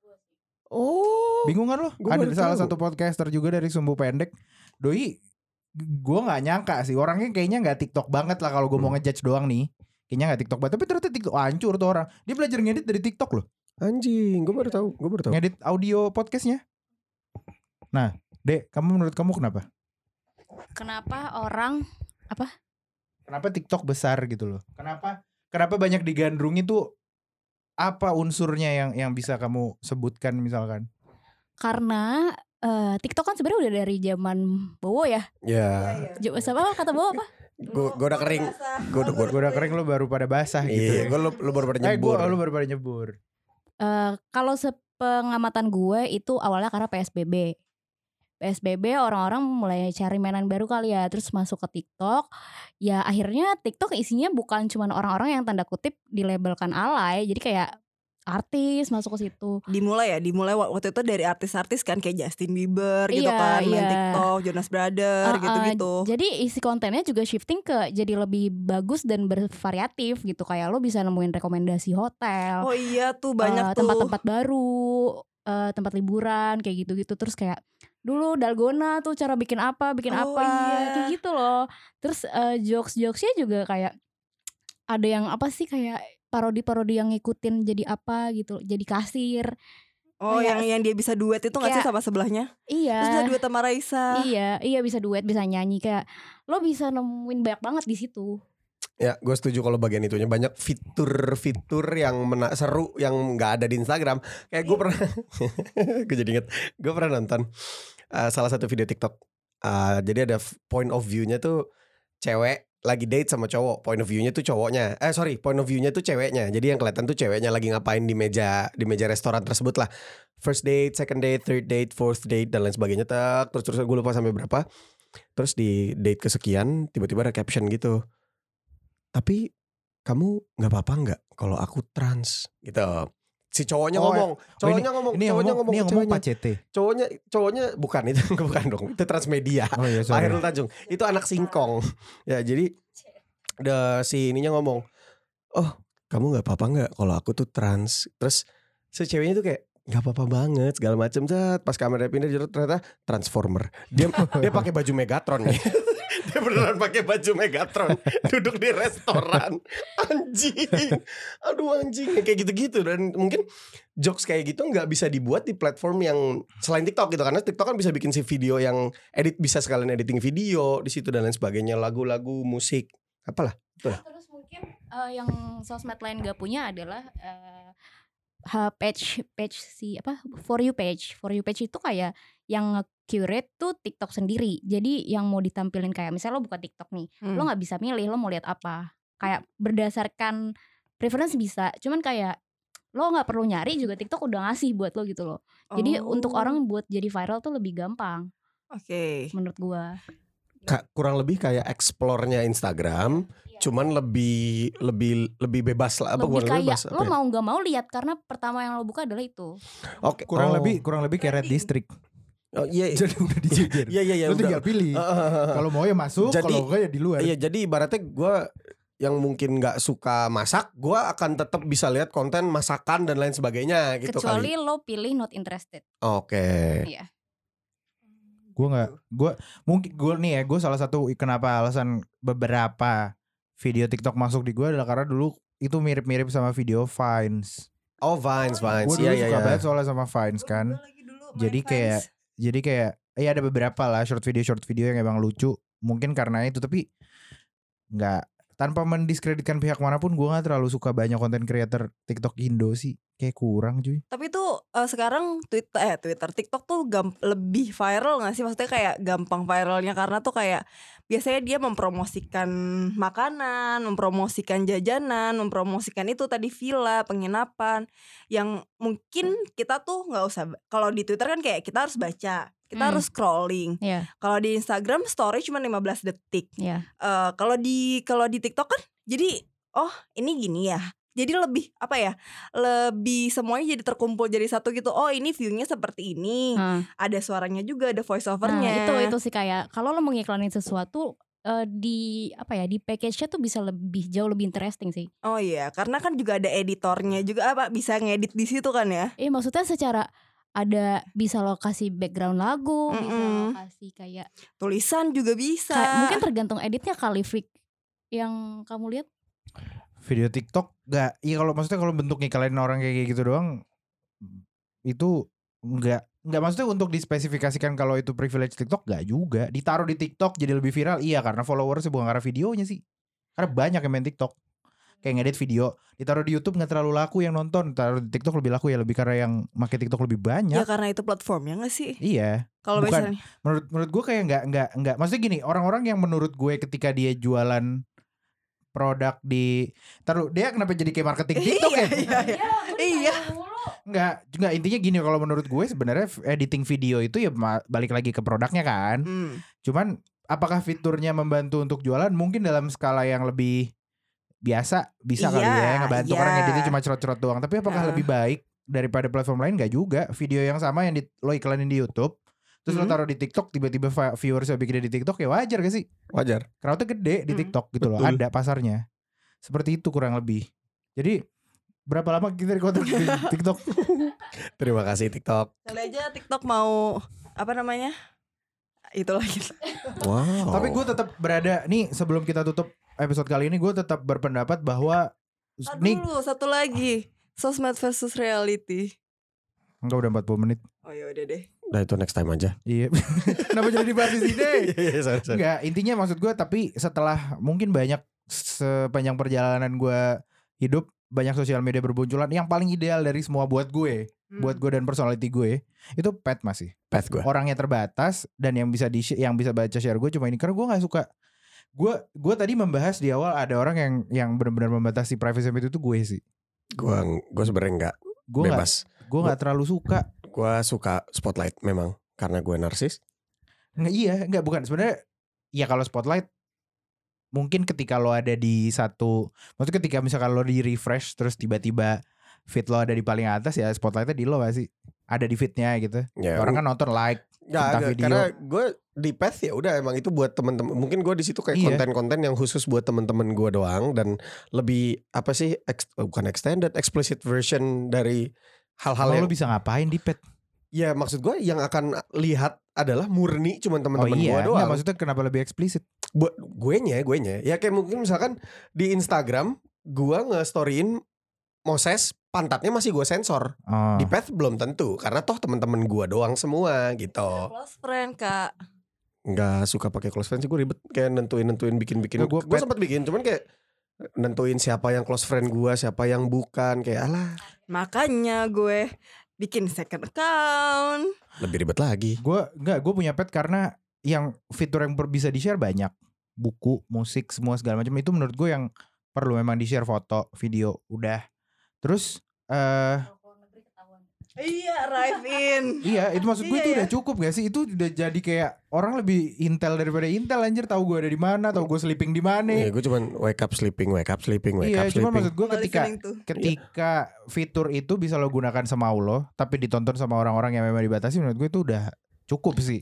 Oh. Bingung kan lo? Gua Ada baru salah tahu. satu podcaster juga dari Sumbu Pendek. Doi, gue nggak nyangka sih orangnya kayaknya nggak TikTok banget lah kalau gue mau Hmm. ngejudge doang nih. Kayaknya nggak TikTok banget. Tapi ternyata TikTok hancur tuh orang. Dia belajar ngedit dari TikTok loh. Anjing, gue baru tahu, gue baru tahu. Ngedit audio podcastnya. Nah, Dek, kamu menurut kamu kenapa? Kenapa orang Kenapa TikTok besar gitu loh? Kenapa? Kenapa banyak digandrungi tuh? Apa unsurnya yang yang bisa kamu sebutkan misalkan? karena eh, TikTok kan sebenarnya udah dari zaman Bowo ya. Ya, J- Siapa kata Bowo apa? gue gue udah kering. Gue udah gue Gue udah kering lo baru pada basah gitu. Iya, gue lu, lu baru pada Eh, gue nyebur. lo baru pada nyebur. Eh, kalau sepengamatan gue itu awalnya karena P S B B. P S B B orang-orang mulai cari mainan baru kali ya, terus masuk ke TikTok. Ya akhirnya TikTok isinya bukan cuma orang-orang yang tanda kutip dilabelkan alay, jadi kayak artis masuk ke situ. Dimulai ya, dimulai waktu itu dari artis-artis kan kayak Justin Bieber gitu Iya, kan, main iya. TikTok, Jonas Brother Uh, uh, gitu-gitu. Jadi isi kontennya juga shifting ke jadi lebih bagus dan bervariatif gitu. Kayak lo bisa nemuin rekomendasi hotel, Oh iya tuh eh, banyak tuh. tempat-tempat baru, eh, tempat liburan kayak gitu-gitu. Terus kayak dulu dalgona tuh cara bikin apa, bikin Oh, apa, iya. kayak gitu loh. Terus eh, jokes-jokesnya juga kayak ada yang apa sih kayak parodi-parodi yang ngikutin jadi apa gitu, jadi kasir. Oh, Kayak- yang yang dia bisa duet itu nggak sih kayak- sama sebelahnya? Iya. Terus bisa duet sama Raisa. Iya, iya bisa duet, bisa nyanyi, kayak lo bisa nemuin banyak banget di situ. Ya, gue setuju kalau bagian itunya banyak fitur-fitur yang mena- seru yang nggak ada di Instagram. Kayak gue pernah, gue jadi inget, gue pernah nonton uh, salah satu video TikTok. Uh, jadi ada f- point of view-nya tuh cewek lagi date sama cowok. Point of view-nya tuh cowoknya. Eh sorry, point of view-nya tuh ceweknya. Jadi yang kelihatan tuh ceweknya lagi ngapain di meja di meja restoran tersebut lah. First date, second date, third date, fourth date dan lain sebagainya. Tak, terus terus gue lupa sampai berapa. Terus di date kesekian tiba-tiba ada caption gitu. Tapi kamu nggak apa-apa nggak kalau aku trans gitu. Si cowoknya Oh, ngomong, cowoknya ngomong, Ini yang cowoknya ngomong, ngomong, ini yang ke ngomong ceweknya. Pak C T. Cowoknya, cowoknya bukan itu, bukan dong. Itu Transmedia. Oh iya, Pak sorry. Hairul Tanjung. Itu anak singkong. Ya jadi the, si ininya ngomong, oh kamu nggak apa-apa nggak kalau aku tuh trans. Terus si ceweknya tuh kayak nggak apa-apa banget segala macam. Pas kamera pindah ternyata Transformer. Dia dia pakai baju Megatron nih. Dia beneran pakai baju Megatron duduk di restoran. Anjing. Aduh anjing. Kayak gitu-gitu. Dan mungkin jokes kayak gitu gak bisa dibuat di platform yang selain TikTok gitu. Karena TikTok kan bisa bikin si video yang edit, bisa sekalian editing video di situ dan lain sebagainya. Lagu-lagu, musik, apalah. Betul. Terus mungkin uh, yang sosmed lain gak punya adalah uh, ha- page page si apa for you page. For you page itu kayak yang curate tuh TikTok sendiri. Jadi yang mau ditampilin kayak misalnya lo buka TikTok nih, Hmm. lo nggak bisa milih lo mau lihat apa. Kayak berdasarkan preference bisa, cuman kayak lo nggak perlu nyari juga TikTok udah ngasih buat lo gitu loh. Jadi Oh. untuk orang buat jadi viral tuh lebih gampang Oke. menurut gua. Ka- kurang lebih kayak explore-nya Instagram, cuman lebih lebih lebih bebas lah. Apa Lebih bukan kayak bebas? lo Apa ya? mau nggak mau lihat karena pertama yang lo buka adalah itu. Oke, Kurang oh. lebih kurang lebih kayak Red District. Oh, iya, iya. Jadi udah dijejer. Iya iya iya. Lu tinggal pilih. Uh, uh, uh, uh. Kalau mau ya masuk, Jadi- kalau enggak ya di luar. Iya, jadi ibaratnya gue yang mungkin nggak suka masak, gue akan tetap bisa lihat konten masakan dan lain sebagainya gitu Kecuali kali. lo pilih not interested. Oke. Iya. Gue nggak, gue mungkin gue nih ya, gue salah satu kenapa alasan beberapa video TikTok masuk di gue adalah karena dulu itu mirip-mirip sama video Vines. Oh Vines, Vines. Gue dulu Iya suka iya iya. banget soalnya sama Vines kan. Jadi kayak, jadi kayak, ya ada beberapa lah short video short video yang emang lucu. Mungkin karena itu, tapi nggak, tanpa mendiskreditkan pihak manapun, gue nggak terlalu suka banyak konten creator TikTok Indo sih. Kayak kurang cuy. Tapi tuh eh, sekarang Twitter eh Twitter TikTok tuh gamp- lebih viral gak sih? Maksudnya kayak gampang viralnya karena tuh kayak biasanya dia mempromosikan makanan, mempromosikan jajanan, mempromosikan itu tadi villa, penginapan yang mungkin kita tuh nggak usah. Kalau di Twitter kan kayak kita harus baca, kita Hmm. harus scrolling. Iya, Kalau di Instagram story cuma lima belas detik. iya. Eh, kalau di kalau di TikTok kan jadi oh ini gini ya. Jadi lebih apa ya? Lebih semuanya jadi terkumpul jadi satu gitu. Oh, ini view-nya seperti ini. Nah, Ada suaranya juga, ada voice nah, over-nya. itu itu sih kayak kalau lo mengiklanin sesuatu eh, di apa ya di package-nya tuh bisa lebih jauh lebih interesting sih. Oh iya, karena kan juga ada editornya juga apa bisa ngedit di situ kan ya. Eh maksudnya secara ada bisa lo kasih background lagu, bisa lo Mm-mm. kasih kayak, Tulisan juga bisa. kayak mungkin tergantung editnya kali Fik yang kamu lihat. Video TikTok gak, iya kalau maksudnya kalau bentuk ngikalain orang kayak gitu doang, itu nggak nggak maksudnya untuk dispesifikasikan kalau itu privilege TikTok gak juga. Ditaruh di TikTok jadi lebih viral, iya karena followersnya bukan karena videonya sih. Karena banyak yang main TikTok kayak ngedit video, ditaruh di YouTube nggak terlalu laku yang nonton, taruh di TikTok lebih laku ya, lebih karena yang make TikTok lebih banyak. Ya karena itu platformnya nggak sih? Iya. Kalau Bukan. misalnya Menurut menurut gue kayak nggak nggak nggak. Maksudnya gini, orang-orang yang menurut gue ketika dia jualan produk di, taruh dia kenapa jadi kayak marketing TikTok Iya, ya? iya, iya. Iya. Enggak, enggak intinya gini, kalau menurut gue sebenarnya editing video itu ya ma- balik lagi ke produknya kan. Hmm. Cuman apakah fiturnya membantu untuk jualan? Mungkin dalam skala yang lebih biasa bisa kali Iya, ya ngebantu iya. karena ngeditnya cuma cerot-cerot doang. Tapi apakah Nah. lebih baik daripada platform lain? Enggak juga. Video yang sama yang di, lo iklanin di YouTube, terus lo Hmm. taruh di TikTok, tiba-tiba fa- viewersnya bikinnya di TikTok, ya wajar gak sih? Wajar. Crowdnya gede di Hmm. TikTok gitu loh, Betul. ada pasarnya. Seperti itu kurang lebih. Jadi berapa lama kita di konten di TikTok? Terima kasih TikTok. Kali aja TikTok mau apa namanya? Itu lagi. Wow. Tapi gue tetap berada nih sebelum kita tutup episode kali ini gue tetap berpendapat bahwa Tar nih dulu satu lagi, sosmed versus reality. enggak udah empat puluh menit. Oh ya udah deh. Nah itu next time aja. Iya. Kenapa jadi dibahas di sini? Iya, sorry, sorry. Enggak, intinya maksud gue tapi setelah mungkin banyak sepanjang perjalanan gue hidup banyak sosial media berbunculan, yang paling ideal dari semua buat gue, Hmm. buat gue dan personality gue itu pet masih. Path gue. Orangnya terbatas dan yang bisa di yang bisa baca share gue cuma ini karena gue nggak suka. Gue gue tadi membahas di awal ada orang yang yang benar-benar membatasi privacy itu tuh gue sih. Gue gue sebenarnya nggak Gue nggak bebas. gue nggak terlalu suka. Gue suka spotlight memang karena gue narsis. Nggak iya nggak bukan sebenarnya ya kalau spotlight mungkin ketika lo ada di satu, maksudnya ketika misalkan lo di refresh terus tiba-tiba feed lo ada di paling atas ya spotlightnya di lo gak sih? Ada di feednya gitu. Ya, Orang kan nonton like Nggak, entah nggak, video. karena gue di Path ya udah emang itu buat temen-temen. Mungkin gue di situ kayak Iya. konten-konten yang khusus buat temen-temen gue doang dan lebih apa sih ex, bukan extended, explicit version dari hal-hal Kalau yang lo bisa ngapain di pet? ya maksud gue yang akan lihat adalah murni cuman Oh temen-temen iya, gue doang. nggak, maksudnya kenapa lebih eksplisit? Buat gue nya, gue nya ya kayak mungkin misalkan di Instagram gue nge-storyin Moses pantatnya masih gue sensor. Oh. Di Path belum tentu karena toh temen-temen gue doang semua gitu. Close friend kak. Nggak suka pakai close friend sih, gue ribet kayak nentuin-nentuin bikin-bikin. Nggak, gua Gue pet- sempat bikin cuman kayak nentuin siapa yang close friend gue, siapa yang bukan, kayak alah Makanya gue bikin second account. lebih ribet lagi. Gue nggak, gue punya pet karena yang fitur yang per- bisa di share banyak, buku, musik, semua segala macam itu menurut gue yang perlu memang di share, foto, video, udah. Terus eh Iya, drive in. iya itu maksud gue Iya, itu iya. udah cukup gak sih? Itu udah jadi kayak orang lebih intel daripada intel anjir, tahu gue ada di mana, tahu gue sleeping di mana. Ya, gue cuman wake up sleeping, wake up sleeping, wake Iya, up cuma sleeping. maksud gue Mau ketika listening tuh. ketika fitur itu bisa lo gunakan semau lo, tapi ditonton sama orang-orang yang memang dibatasi, menurut gue itu udah cukup sih.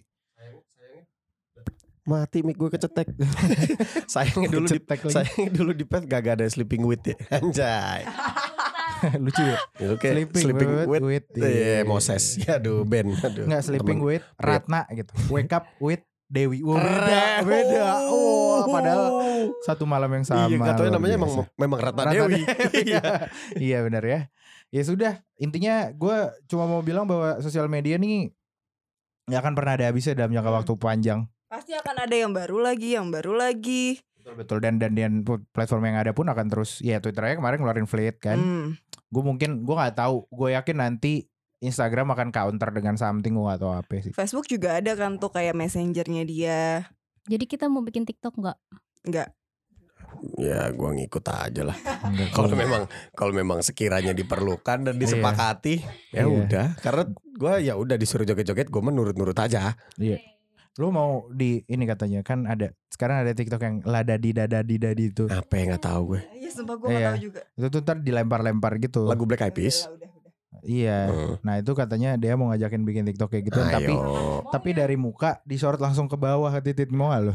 Mati mic gue kecetek. Sayangnya dulu di Kecetek lagi. sayangnya dulu di Path gak ada sleeping with ya. Anjay. Lucu ya. Ya, Oke, Sleeping sleeping with- with, with, iya, iya. Moses. Ya aduh Ben, aduh. Nggak, sleeping Temen. with Ratna gitu. Wake up with Dewi. Wah, Keren. beda, beda. Oh, padahal satu malam yang sama. Iya, gak tau luar namanya emang biasa. memang Ratna Ratna Dewi. Iya. Iya benar ya. Ya sudah, intinya gue cuma mau bilang bahwa sosial media nih nggak akan pernah ada habisnya dalam jangka Hmm. waktu panjang. Pasti akan ada yang baru lagi, yang baru lagi. Betul betul dan dan dan platform yang ada pun akan terus, ya Twitter aja kemarin ngeluarin Fleet kan. Hmm. Gue mungkin gue nggak tahu, gue yakin nanti Instagram akan counter dengan something, gue gak tahu apa sih. Facebook juga ada kan tuh kayak messengernya dia. Jadi kita mau bikin TikTok nggak? Enggak. Ya gua ngikut aja lah. Enggak, Kalau gua- memang kalau memang sekiranya diperlukan dan disepakati, ya Iya. udah. Karena gua ya udah disuruh joget-joget, gua menurut-nurut aja. Iya. Lu mau di ini katanya kan ada sekarang ada TikTok yang ladadi dadadi dadi itu. Apa yang nggak tahu gue. Iya, sumpah gue Iya. gak tahu juga. Itu tuh ntar dilempar-lempar gitu. Lagu Black Eyed Peas. Udah, udah, udah. Iya. Hmm. Nah, itu katanya dia mau ngajakin bikin TikTok kayak gitu Ayo. tapi tapi dari muka disorot langsung ke bawah ke titik, mau gak lu?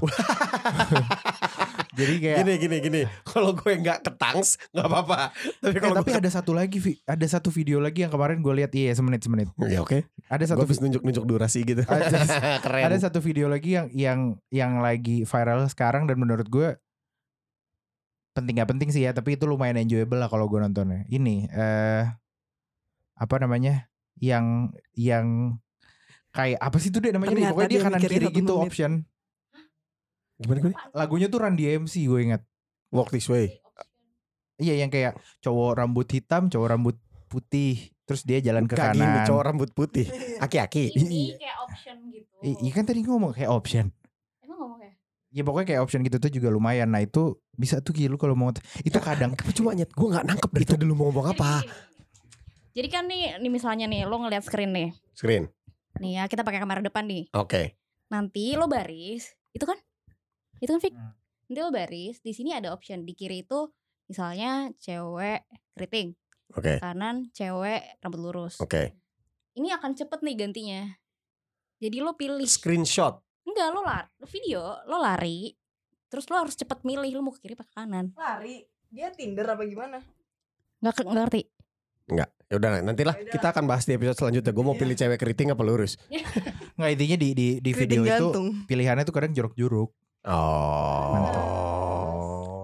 Jadi kayak Gini gini gini. Kalau gue nggak ketangs nggak apa-apa. Tapi Eh, kalau tapi gue ada satu lagi Vi. Ada satu video lagi yang kemarin gue lihat, iya semenit semenit. ya oke. Ada Gue satu habis nunjuk-nunjuk durasi gitu. Ada- Keren. ada satu video lagi yang yang yang lagi viral sekarang dan menurut gue penting gak penting sih ya, tapi itu lumayan enjoyable lah kalau gue nontonnya. Ini eh apa namanya? Yang yang kayak apa sih itu deh namanya nih? Ternyata Pokoknya dia dia kanan mikirnya kiri satu gitu menit. option. Gimana gue? Lagunya tuh Run D M C gue ingat. Walk this way. Iya yang kayak cowok rambut hitam, cowok rambut putih, terus dia jalan ke Kayak gini kanan. cowok rambut putih. Aki-aki. Ini kayak option gitu. I- Iya kan tadi ngomong kayak option. Emang ngomong kayak? Ya pokoknya kayak option gitu tuh juga lumayan. Nah itu bisa tuh gitu kalau mau. Itu kadang Cuma nyet gue nggak nangkep dari tadi lu mau ngomong apa. Jadi gini, gini. Jadi kan nih, nih misalnya nih lo ngeliat screen nih. Screen. Nih ya kita pakai kamera depan nih. Oke. Nanti lo baris, itu kan? Itu kan Fik? Hmm. Nanti lo baris, di sini ada option di kiri itu misalnya cewek keriting, Oke. kanan cewek rambut lurus. Oke. Ini akan cepet nih gantinya. Jadi lo pilih. Screenshot. Enggak, lo lari, lo video, lo lari. Terus lo harus cepet milih lo mau ke kiri apa ke kanan. Lari. Dia Tinder apa gimana? Nggak ke- nggak ngerti. Enggak. Ya udah nantilah Ya udah. kita akan bahas di episode selanjutnya. Gue mau Iya. pilih cewek keriting apa lurus. nggak, intinya di di di video Keriting itu gantung. pilihannya tuh kadang jorok-jorok. Oh. Mantap.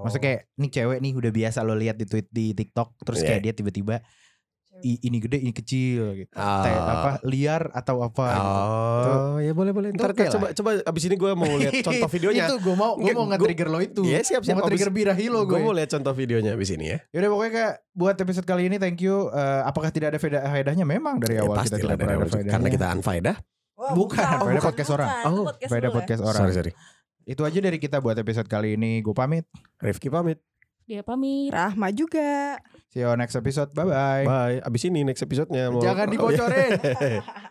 Maksudnya kayak nih cewek nih udah biasa lo lihat di tweet di TikTok, terus Iya. kayak dia tiba-tiba I, ini gede ini kecil gitu. Ah. Kayak apa liar atau apa gitu. Oh, ya boleh boleh. Itu Ntar oke coba lah. coba abis ini gue mau lihat contoh videonya. Itu gue mau gue Nggak, mau gua- nge-trigger lo itu. Iya siap siap. Mau nge-trigger birahi lo Gue gue. mau lihat contoh videonya abis ini ya. Yaudah pokoknya Kak, buat episode kali ini thank you. Eh, apakah tidak ada faedah faedahnya? Memang dari Ya, awal kita pastilah tidak dari pernah awal ada faedahnya. karena kita unfaedah. Wah, Bukan, Oh, beda podcast orang. bukan. Oh, podcast Faedah dulu ya. podcast orang. Sorry sorry. Itu aja dari kita buat episode kali ini. Gue pamit. Rifki pamit. Dia pamit. Rahma juga. See you next episode. Bye bye. Bye. Abis ini next episode-nya mau- Jangan Oh, iya. dibocorin.